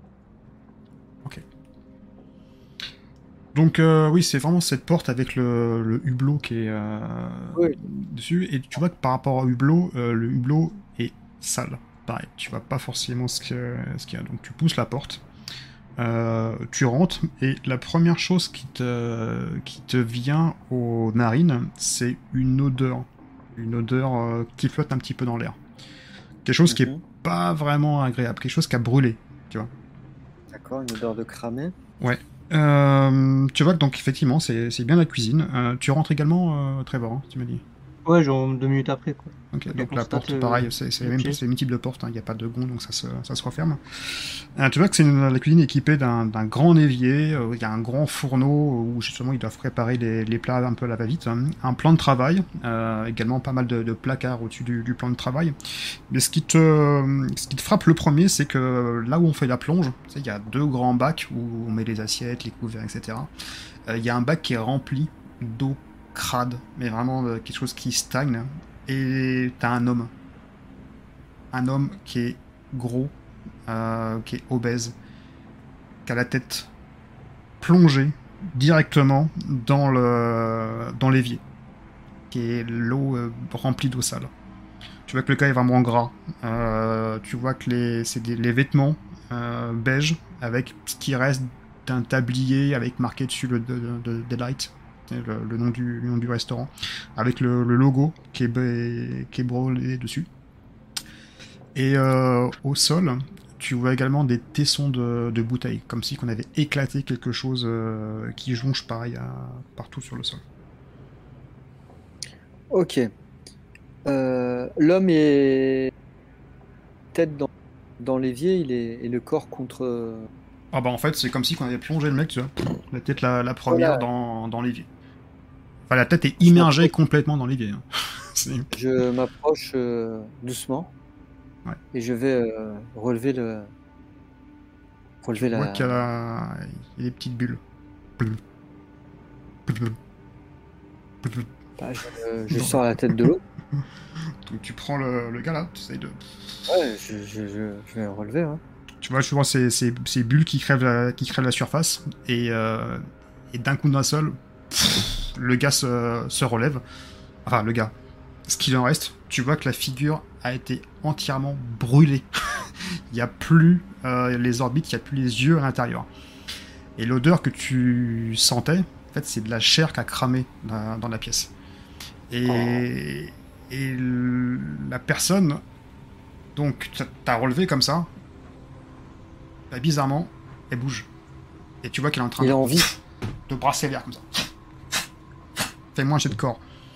Speaker 1: Donc euh, oui, c'est vraiment cette porte avec le, le hublot qui est euh,
Speaker 4: Oui.
Speaker 1: dessus, et tu vois que par rapport au hublot, euh, le hublot est sale. Pareil, tu vois pas forcément ce que- ce qu'il y a. Donc tu pousses la porte, Euh, tu rentres et la première chose qui te, qui te vient aux narines, c'est une odeur. Une odeur euh, qui flotte un petit peu dans l'air. Quelque chose qui est
Speaker 4: Mhm.
Speaker 1: pas vraiment agréable, quelque chose qui a brûlé, tu vois.
Speaker 4: D'accord, une odeur de cramé.
Speaker 1: Ouais. Euh, tu vois que donc effectivement c'est c'est bien la cuisine. Euh, tu rentres également, euh, Trevor, hein, tu m'as dit.
Speaker 2: Ouais, genre deux minutes après, quoi.
Speaker 1: Ok,
Speaker 2: Je
Speaker 1: donc la
Speaker 2: constate
Speaker 1: porte,
Speaker 2: le-
Speaker 1: pareil, c'est c'est
Speaker 2: le
Speaker 1: le même,
Speaker 2: piège.
Speaker 1: c'est le même type de porte, il n'y a pas de gond, donc ça se, ça se referme. Euh, tu vois que c'est une- la cuisine équipée d'un d'un grand évier, euh, il y a un grand fourneau où justement ils doivent préparer les, les plats un peu à la va-vite, hein. Un plan de travail, euh, également pas mal de, de placards au-dessus du, du plan de travail. Mais ce qui te, ce qui te frappe le premier, c'est que là où on fait la plonge, tu sais, il y a deux grands bacs où on met les assiettes, les couverts, et cetera. Euh, Il y a un bac qui est rempli d'eau crade, mais vraiment euh, quelque chose qui stagne. Et t'as un homme. Un homme qui est gros, euh, qui est obèse, qui a la tête plongée directement dans le dans l'évier, qui est l'eau euh, remplie d'eau sale. Tu vois que le gars est vraiment gras. Euh, tu vois que les, c'est des, les vêtements euh, beige avec ce qui reste d'un tablier avec marqué dessus le de, de, Delight, le, le, nom du, le nom du restaurant, avec le, le logo qui est, qui est brûlé dessus. Et euh, au sol, tu vois également des tessons de, de bouteilles, comme si on avait éclaté quelque chose euh, qui jonche pareil à, partout sur le sol.
Speaker 4: Ok. Euh, L'homme est tête dans, dans l'évier, il est et le corps contre.
Speaker 1: Ah bah en fait, c'est comme si on avait plongé le mec, tu vois, la tête la, la première
Speaker 4: Voilà.
Speaker 1: dans, dans l'évier. Enfin, la tête est
Speaker 4: Je
Speaker 1: immergée
Speaker 4: m'approche.
Speaker 1: complètement dans l'évier. Hein. C'est-
Speaker 4: Je m'approche euh, doucement
Speaker 1: Ouais.
Speaker 4: et je vais euh, relever le
Speaker 1: Tu
Speaker 4: relever
Speaker 1: vois
Speaker 4: la.
Speaker 1: qu'il y a, la- il y a des petites bulles.
Speaker 4: Bah, je je
Speaker 1: Non.
Speaker 4: sors la tête de l'eau.
Speaker 1: Donc tu prends le, le gars là, tu essayes de...
Speaker 4: Ouais, je, je, je, je vais relever. Hein.
Speaker 1: Tu vois, tu vois ces, ces, ces bulles qui crèvent la, qui crèvent la surface, et, euh, et d'un coup d'un seul, pff, le gars se, se relève. Enfin, le gars. Ce qu'il en reste, tu vois que la figure a été entièrement brûlée. Il n'y a plus euh, les orbites, il n'y a plus les yeux à l'intérieur. Et l'odeur que tu sentais, en fait, c'est de la chair qui a cramé dans, dans la pièce. Et, et l- la personne, donc, t'as relevé comme ça, bah, bizarrement, elle bouge. Et tu vois qu'elle est en train
Speaker 4: Il
Speaker 1: de,
Speaker 4: a envie.
Speaker 1: de brasser l'air comme ça. Fais-moi un jet de corps.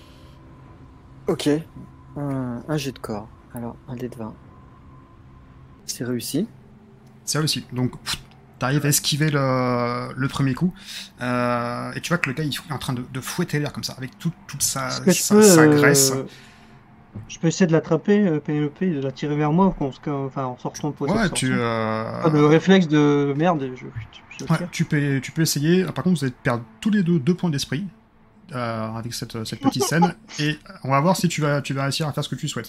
Speaker 4: Ok. Un, un jet de corps. Alors, un dé de vingt. C'est réussi.
Speaker 1: C'est réussi. Donc, t'arrives à esquiver le, le premier coup. Euh, et tu vois que le gars, il est en train de, de fouetter l'air comme ça, avec tout- toute sa,
Speaker 2: Est-ce que je
Speaker 1: sa,
Speaker 2: peux,
Speaker 1: sa
Speaker 2: euh,
Speaker 1: graisse.
Speaker 2: je peux essayer de l'attraper, euh, Pénélope, et de la tirer vers moi, qu'on se- enfin, en sortant pour essayer
Speaker 1: Ouais,
Speaker 2: de
Speaker 1: tu,
Speaker 2: sortir.
Speaker 1: euh,
Speaker 2: Pas de réflexe de merde, et je, je, je
Speaker 1: ouais,
Speaker 2: tire.
Speaker 1: tu, peux, tu peux essayer. Par contre, vous allez perdre tous les deux deux points d'esprit euh, avec cette, cette petite scène. Et on va voir si tu vas, tu vas réussir à faire ce que tu souhaites.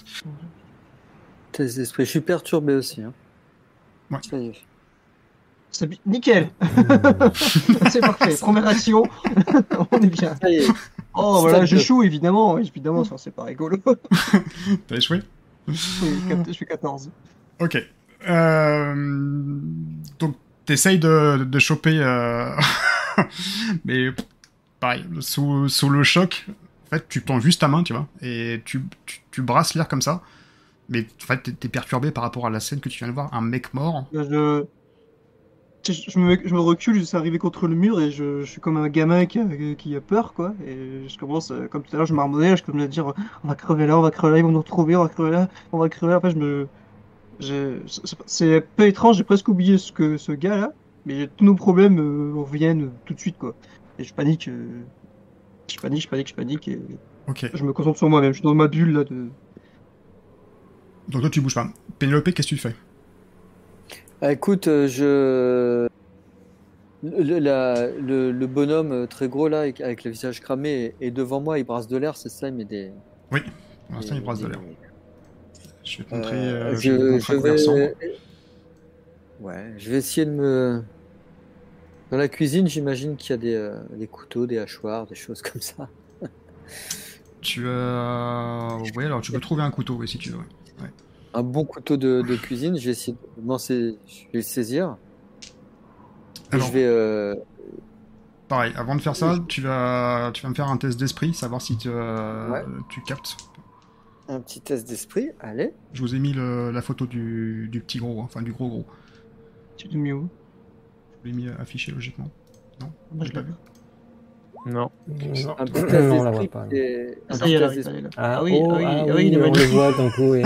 Speaker 4: Tes esprits. Je suis perturbé aussi. Hein.
Speaker 1: Ouais.
Speaker 4: Ça y est.
Speaker 2: C'est bi- nickel. C'est parfait. Première action, on est bien.
Speaker 4: Ça y est.
Speaker 2: Oh voilà,
Speaker 4: Stade deux.
Speaker 2: j'échoue évidemment, évidemment, ça c'est pas rigolo.
Speaker 1: T'as échoué?
Speaker 2: Oui, je cap- je suis quatorze.
Speaker 1: Ok. Euh, donc, t'essayes de, de choper... euh, mais pareil, sous, sous le choc, en fait, tu tends juste ta main, tu vois, et tu, tu, tu brasses l'air comme ça. Mais en fait, t'es- t'es perturbé par rapport à la scène que tu viens de voir. Un mec mort.
Speaker 2: Là, Je... je, je me, je me recule, je suis arrivé contre le mur et je, je suis comme un gamin qui a, qui a peur, quoi. Et je commence, euh, comme tout à l'heure, je marmonnais, je commence à dire on va crever là, on va crever là, ils vont nous retrouver, on va crever là, on va crever là. Après, je me. je- c'est c'est un peu étrange, j'ai presque oublié ce, que, ce gars-là, mais tous nos problèmes euh, reviennent tout de suite, quoi. Et je panique, euh, je panique, je panique, je panique, et
Speaker 1: Ok.
Speaker 2: je me concentre sur moi-même. Je suis dans ma bulle, là, de.
Speaker 1: Donc toi, tu bouges pas. Pénélope, qu'est-ce que tu fais?
Speaker 4: Ah, écoute, euh, je. Le, la- le, le bonhomme euh, très gros là, avec, avec le visage cramé, est, est devant moi, il brasse de l'air, c'est ça, il met des.
Speaker 1: Oui, pour l'instant,
Speaker 4: des-
Speaker 1: il brasse de
Speaker 4: des-
Speaker 1: l'air. Je vais te montrer,
Speaker 4: Euh,
Speaker 1: euh, je vais te
Speaker 4: je,
Speaker 1: montrer
Speaker 4: je
Speaker 1: à quoi il ressemble.
Speaker 4: vais. Ouais, je vais essayer de me. Dans la cuisine, j'imagine qu'il y a des, euh, des couteaux, des hachoirs, des choses comme ça.
Speaker 1: Tu as... Oui, alors tu peux trouver un couteau, oui, si tu veux. Ouais.
Speaker 4: Un bon couteau de, de cuisine, je vais essayer de m'en sais- je vais le saisir.
Speaker 1: Alors,
Speaker 4: je vais. euh,
Speaker 1: pareil, avant de faire ça, tu vas, tu vas me faire un test d'esprit, savoir si tu, euh,
Speaker 4: Ouais.
Speaker 1: tu captes.
Speaker 4: Un petit test d'esprit. Allez.
Speaker 1: Je vous ai mis le- la photo du, du petit gros, hein, enfin du gros gros.
Speaker 2: Tu l'as mis où?
Speaker 1: Je l'ai mis affiché logiquement. Non,
Speaker 2: Moi,
Speaker 1: j'ai
Speaker 2: je l'ai
Speaker 1: pas
Speaker 2: vu.
Speaker 3: Non.
Speaker 1: vu.
Speaker 3: Non,
Speaker 4: Un petit test
Speaker 3: non, on la voit
Speaker 4: d'esprit.
Speaker 3: pas. là.
Speaker 4: qui est- un
Speaker 2: Ça
Speaker 4: petit
Speaker 2: y est, elle
Speaker 4: test
Speaker 2: arrive,
Speaker 4: d'esprit-
Speaker 2: elle est là.
Speaker 3: Ah,
Speaker 2: Ah oui,
Speaker 3: oh,
Speaker 2: ah oui,
Speaker 3: ah
Speaker 2: ah oui, il est
Speaker 3: on le
Speaker 2: magnifique.
Speaker 3: voit d'un coup, oui.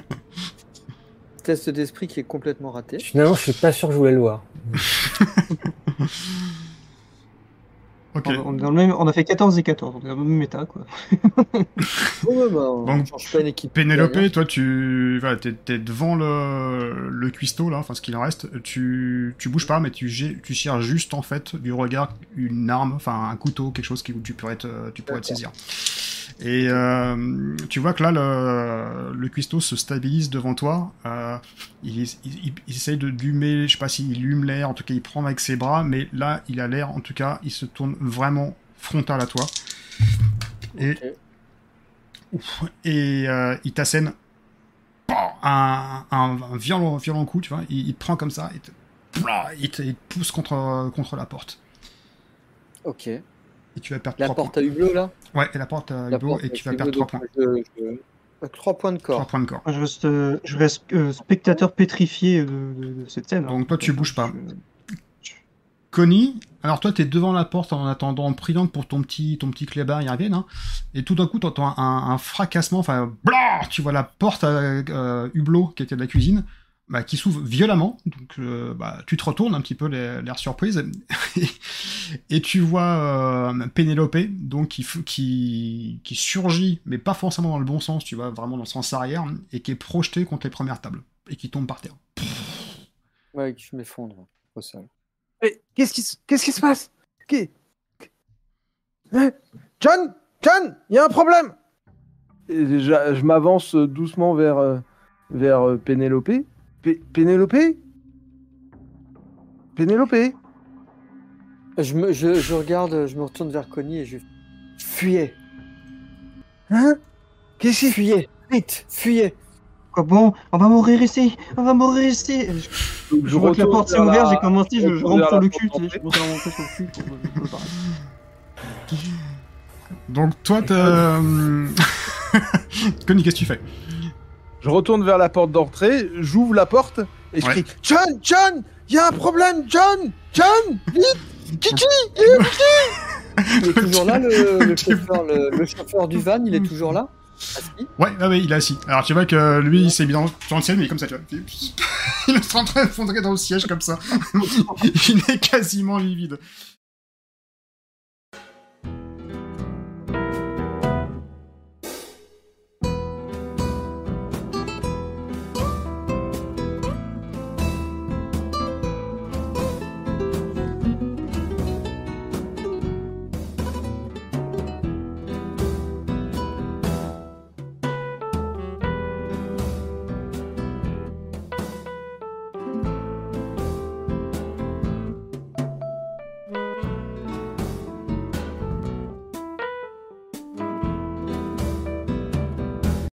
Speaker 4: test d'esprit qui est complètement raté.
Speaker 3: Finalement, je suis pas sûr que je voulais le voir.
Speaker 1: Ok.
Speaker 2: On, on est dans le même, on a fait quatorze et quatorze, on est dans le même méta, quoi.
Speaker 4: Oh, ouais, bah, on
Speaker 1: Donc,
Speaker 4: change pas une équipe.
Speaker 1: Pénélope, toi, tu voilà, t'es, t'es devant le, le cuistot, là, enfin ce qu'il en reste. Tu, tu bouges pas, mais tu, gé- tu cherches juste, en fait, du regard, une arme, enfin un couteau, quelque chose qui, où tu pourrais te, tu pourrais te saisir. Et euh, tu vois que là, le, le cuistot se stabilise devant toi. Euh, il, il, il, il essaye de d'humer, je sais pas s'il hume l'air, en tout cas, il prend avec ses bras, mais là, il a l'air, en tout cas, il se tourne vraiment frontal à toi. Et
Speaker 4: Ok.
Speaker 1: et euh, il t'assène un, un, un violent, violent coup, tu vois. Il, il te prend comme ça, il te, il te, il te pousse contre, contre la porte.
Speaker 4: Ok.
Speaker 1: Et tu vas perdre
Speaker 4: La
Speaker 1: trois
Speaker 4: porte
Speaker 1: points.
Speaker 4: à hublot, là
Speaker 1: Ouais, et la porte à
Speaker 4: La
Speaker 1: hublot,
Speaker 4: porte
Speaker 1: et
Speaker 4: avec
Speaker 1: tu vas
Speaker 4: hublot,
Speaker 1: perdre trois
Speaker 4: donc,
Speaker 1: points.
Speaker 4: je- je- avec trois points de
Speaker 1: trois
Speaker 4: corps.
Speaker 1: points de corps.
Speaker 2: Moi, je reste, euh, je reste euh, spectateur pétrifié de, de- de cette scène.
Speaker 1: Donc,
Speaker 2: hein.
Speaker 1: toi, tu bouges pas.
Speaker 2: Je-
Speaker 1: Connie, alors toi, t'es devant la porte en attendant, en priant pour ton petit, ton petit clébard y revienne, hein, et tout d'un coup, t'entends un, un fracassement, enfin, blah, tu vois la porte à euh, hublot qui était de la cuisine, bah, qui s'ouvre violemment, donc euh, bah, tu te retournes un petit peu l'air l'air surprise, et tu vois euh, Pénélope, donc qui, f- qui, qui surgit, mais pas forcément dans le bon sens, tu vois, vraiment dans le sens arrière, et qui est projetée contre les premières tables, et qui tombe par terre.
Speaker 4: Ouais, que je m'effondre au sol.
Speaker 5: Mais qu'est-ce qui, se- qu'est-ce qui se passe? Qui... Hein John, John, il y a un problème. Et je je m'avance doucement vers, euh, vers euh, Pénélope. Pé- Pénélope Pénélope
Speaker 4: Je, me, je, je regarde, je me retourne vers Connie et je fuyez,
Speaker 5: Hein Qu'est-ce qui...
Speaker 4: fuyez, vite, fuyez.
Speaker 2: Quoi, bon, on va mourir ici, on va mourir ici. Je,
Speaker 5: Donc,
Speaker 2: je vois que la
Speaker 5: retourne
Speaker 2: porte s'est
Speaker 5: vers
Speaker 2: ouverte,
Speaker 5: la-
Speaker 2: j'ai commencé, je, je
Speaker 5: retourne
Speaker 2: rentre
Speaker 5: vers
Speaker 2: sur
Speaker 5: la
Speaker 2: le
Speaker 5: porte
Speaker 2: cul, tu sais,
Speaker 5: d'entrée.
Speaker 2: je commence à rentrer sur le cul pour me préparer.
Speaker 1: Donc toi, t'as... Connie, qu'est-ce que tu fais?
Speaker 5: Je retourne vers la porte d'entrée, j'ouvre la porte et je
Speaker 1: Ouais.
Speaker 5: crie John, John, il y a un problème, John, John, vite, Kiki.
Speaker 4: Il est toujours là, le, le chauffeur, le, le chauffeur du van, il est toujours là. Assis.
Speaker 1: Ouais, ah ouais, il est assis. Alors tu vois que lui, il s'est mis dans, dans le ciel, mais il est comme ça, tu vois. Il est en train de fondrer dans le siège comme ça. Il est quasiment livide.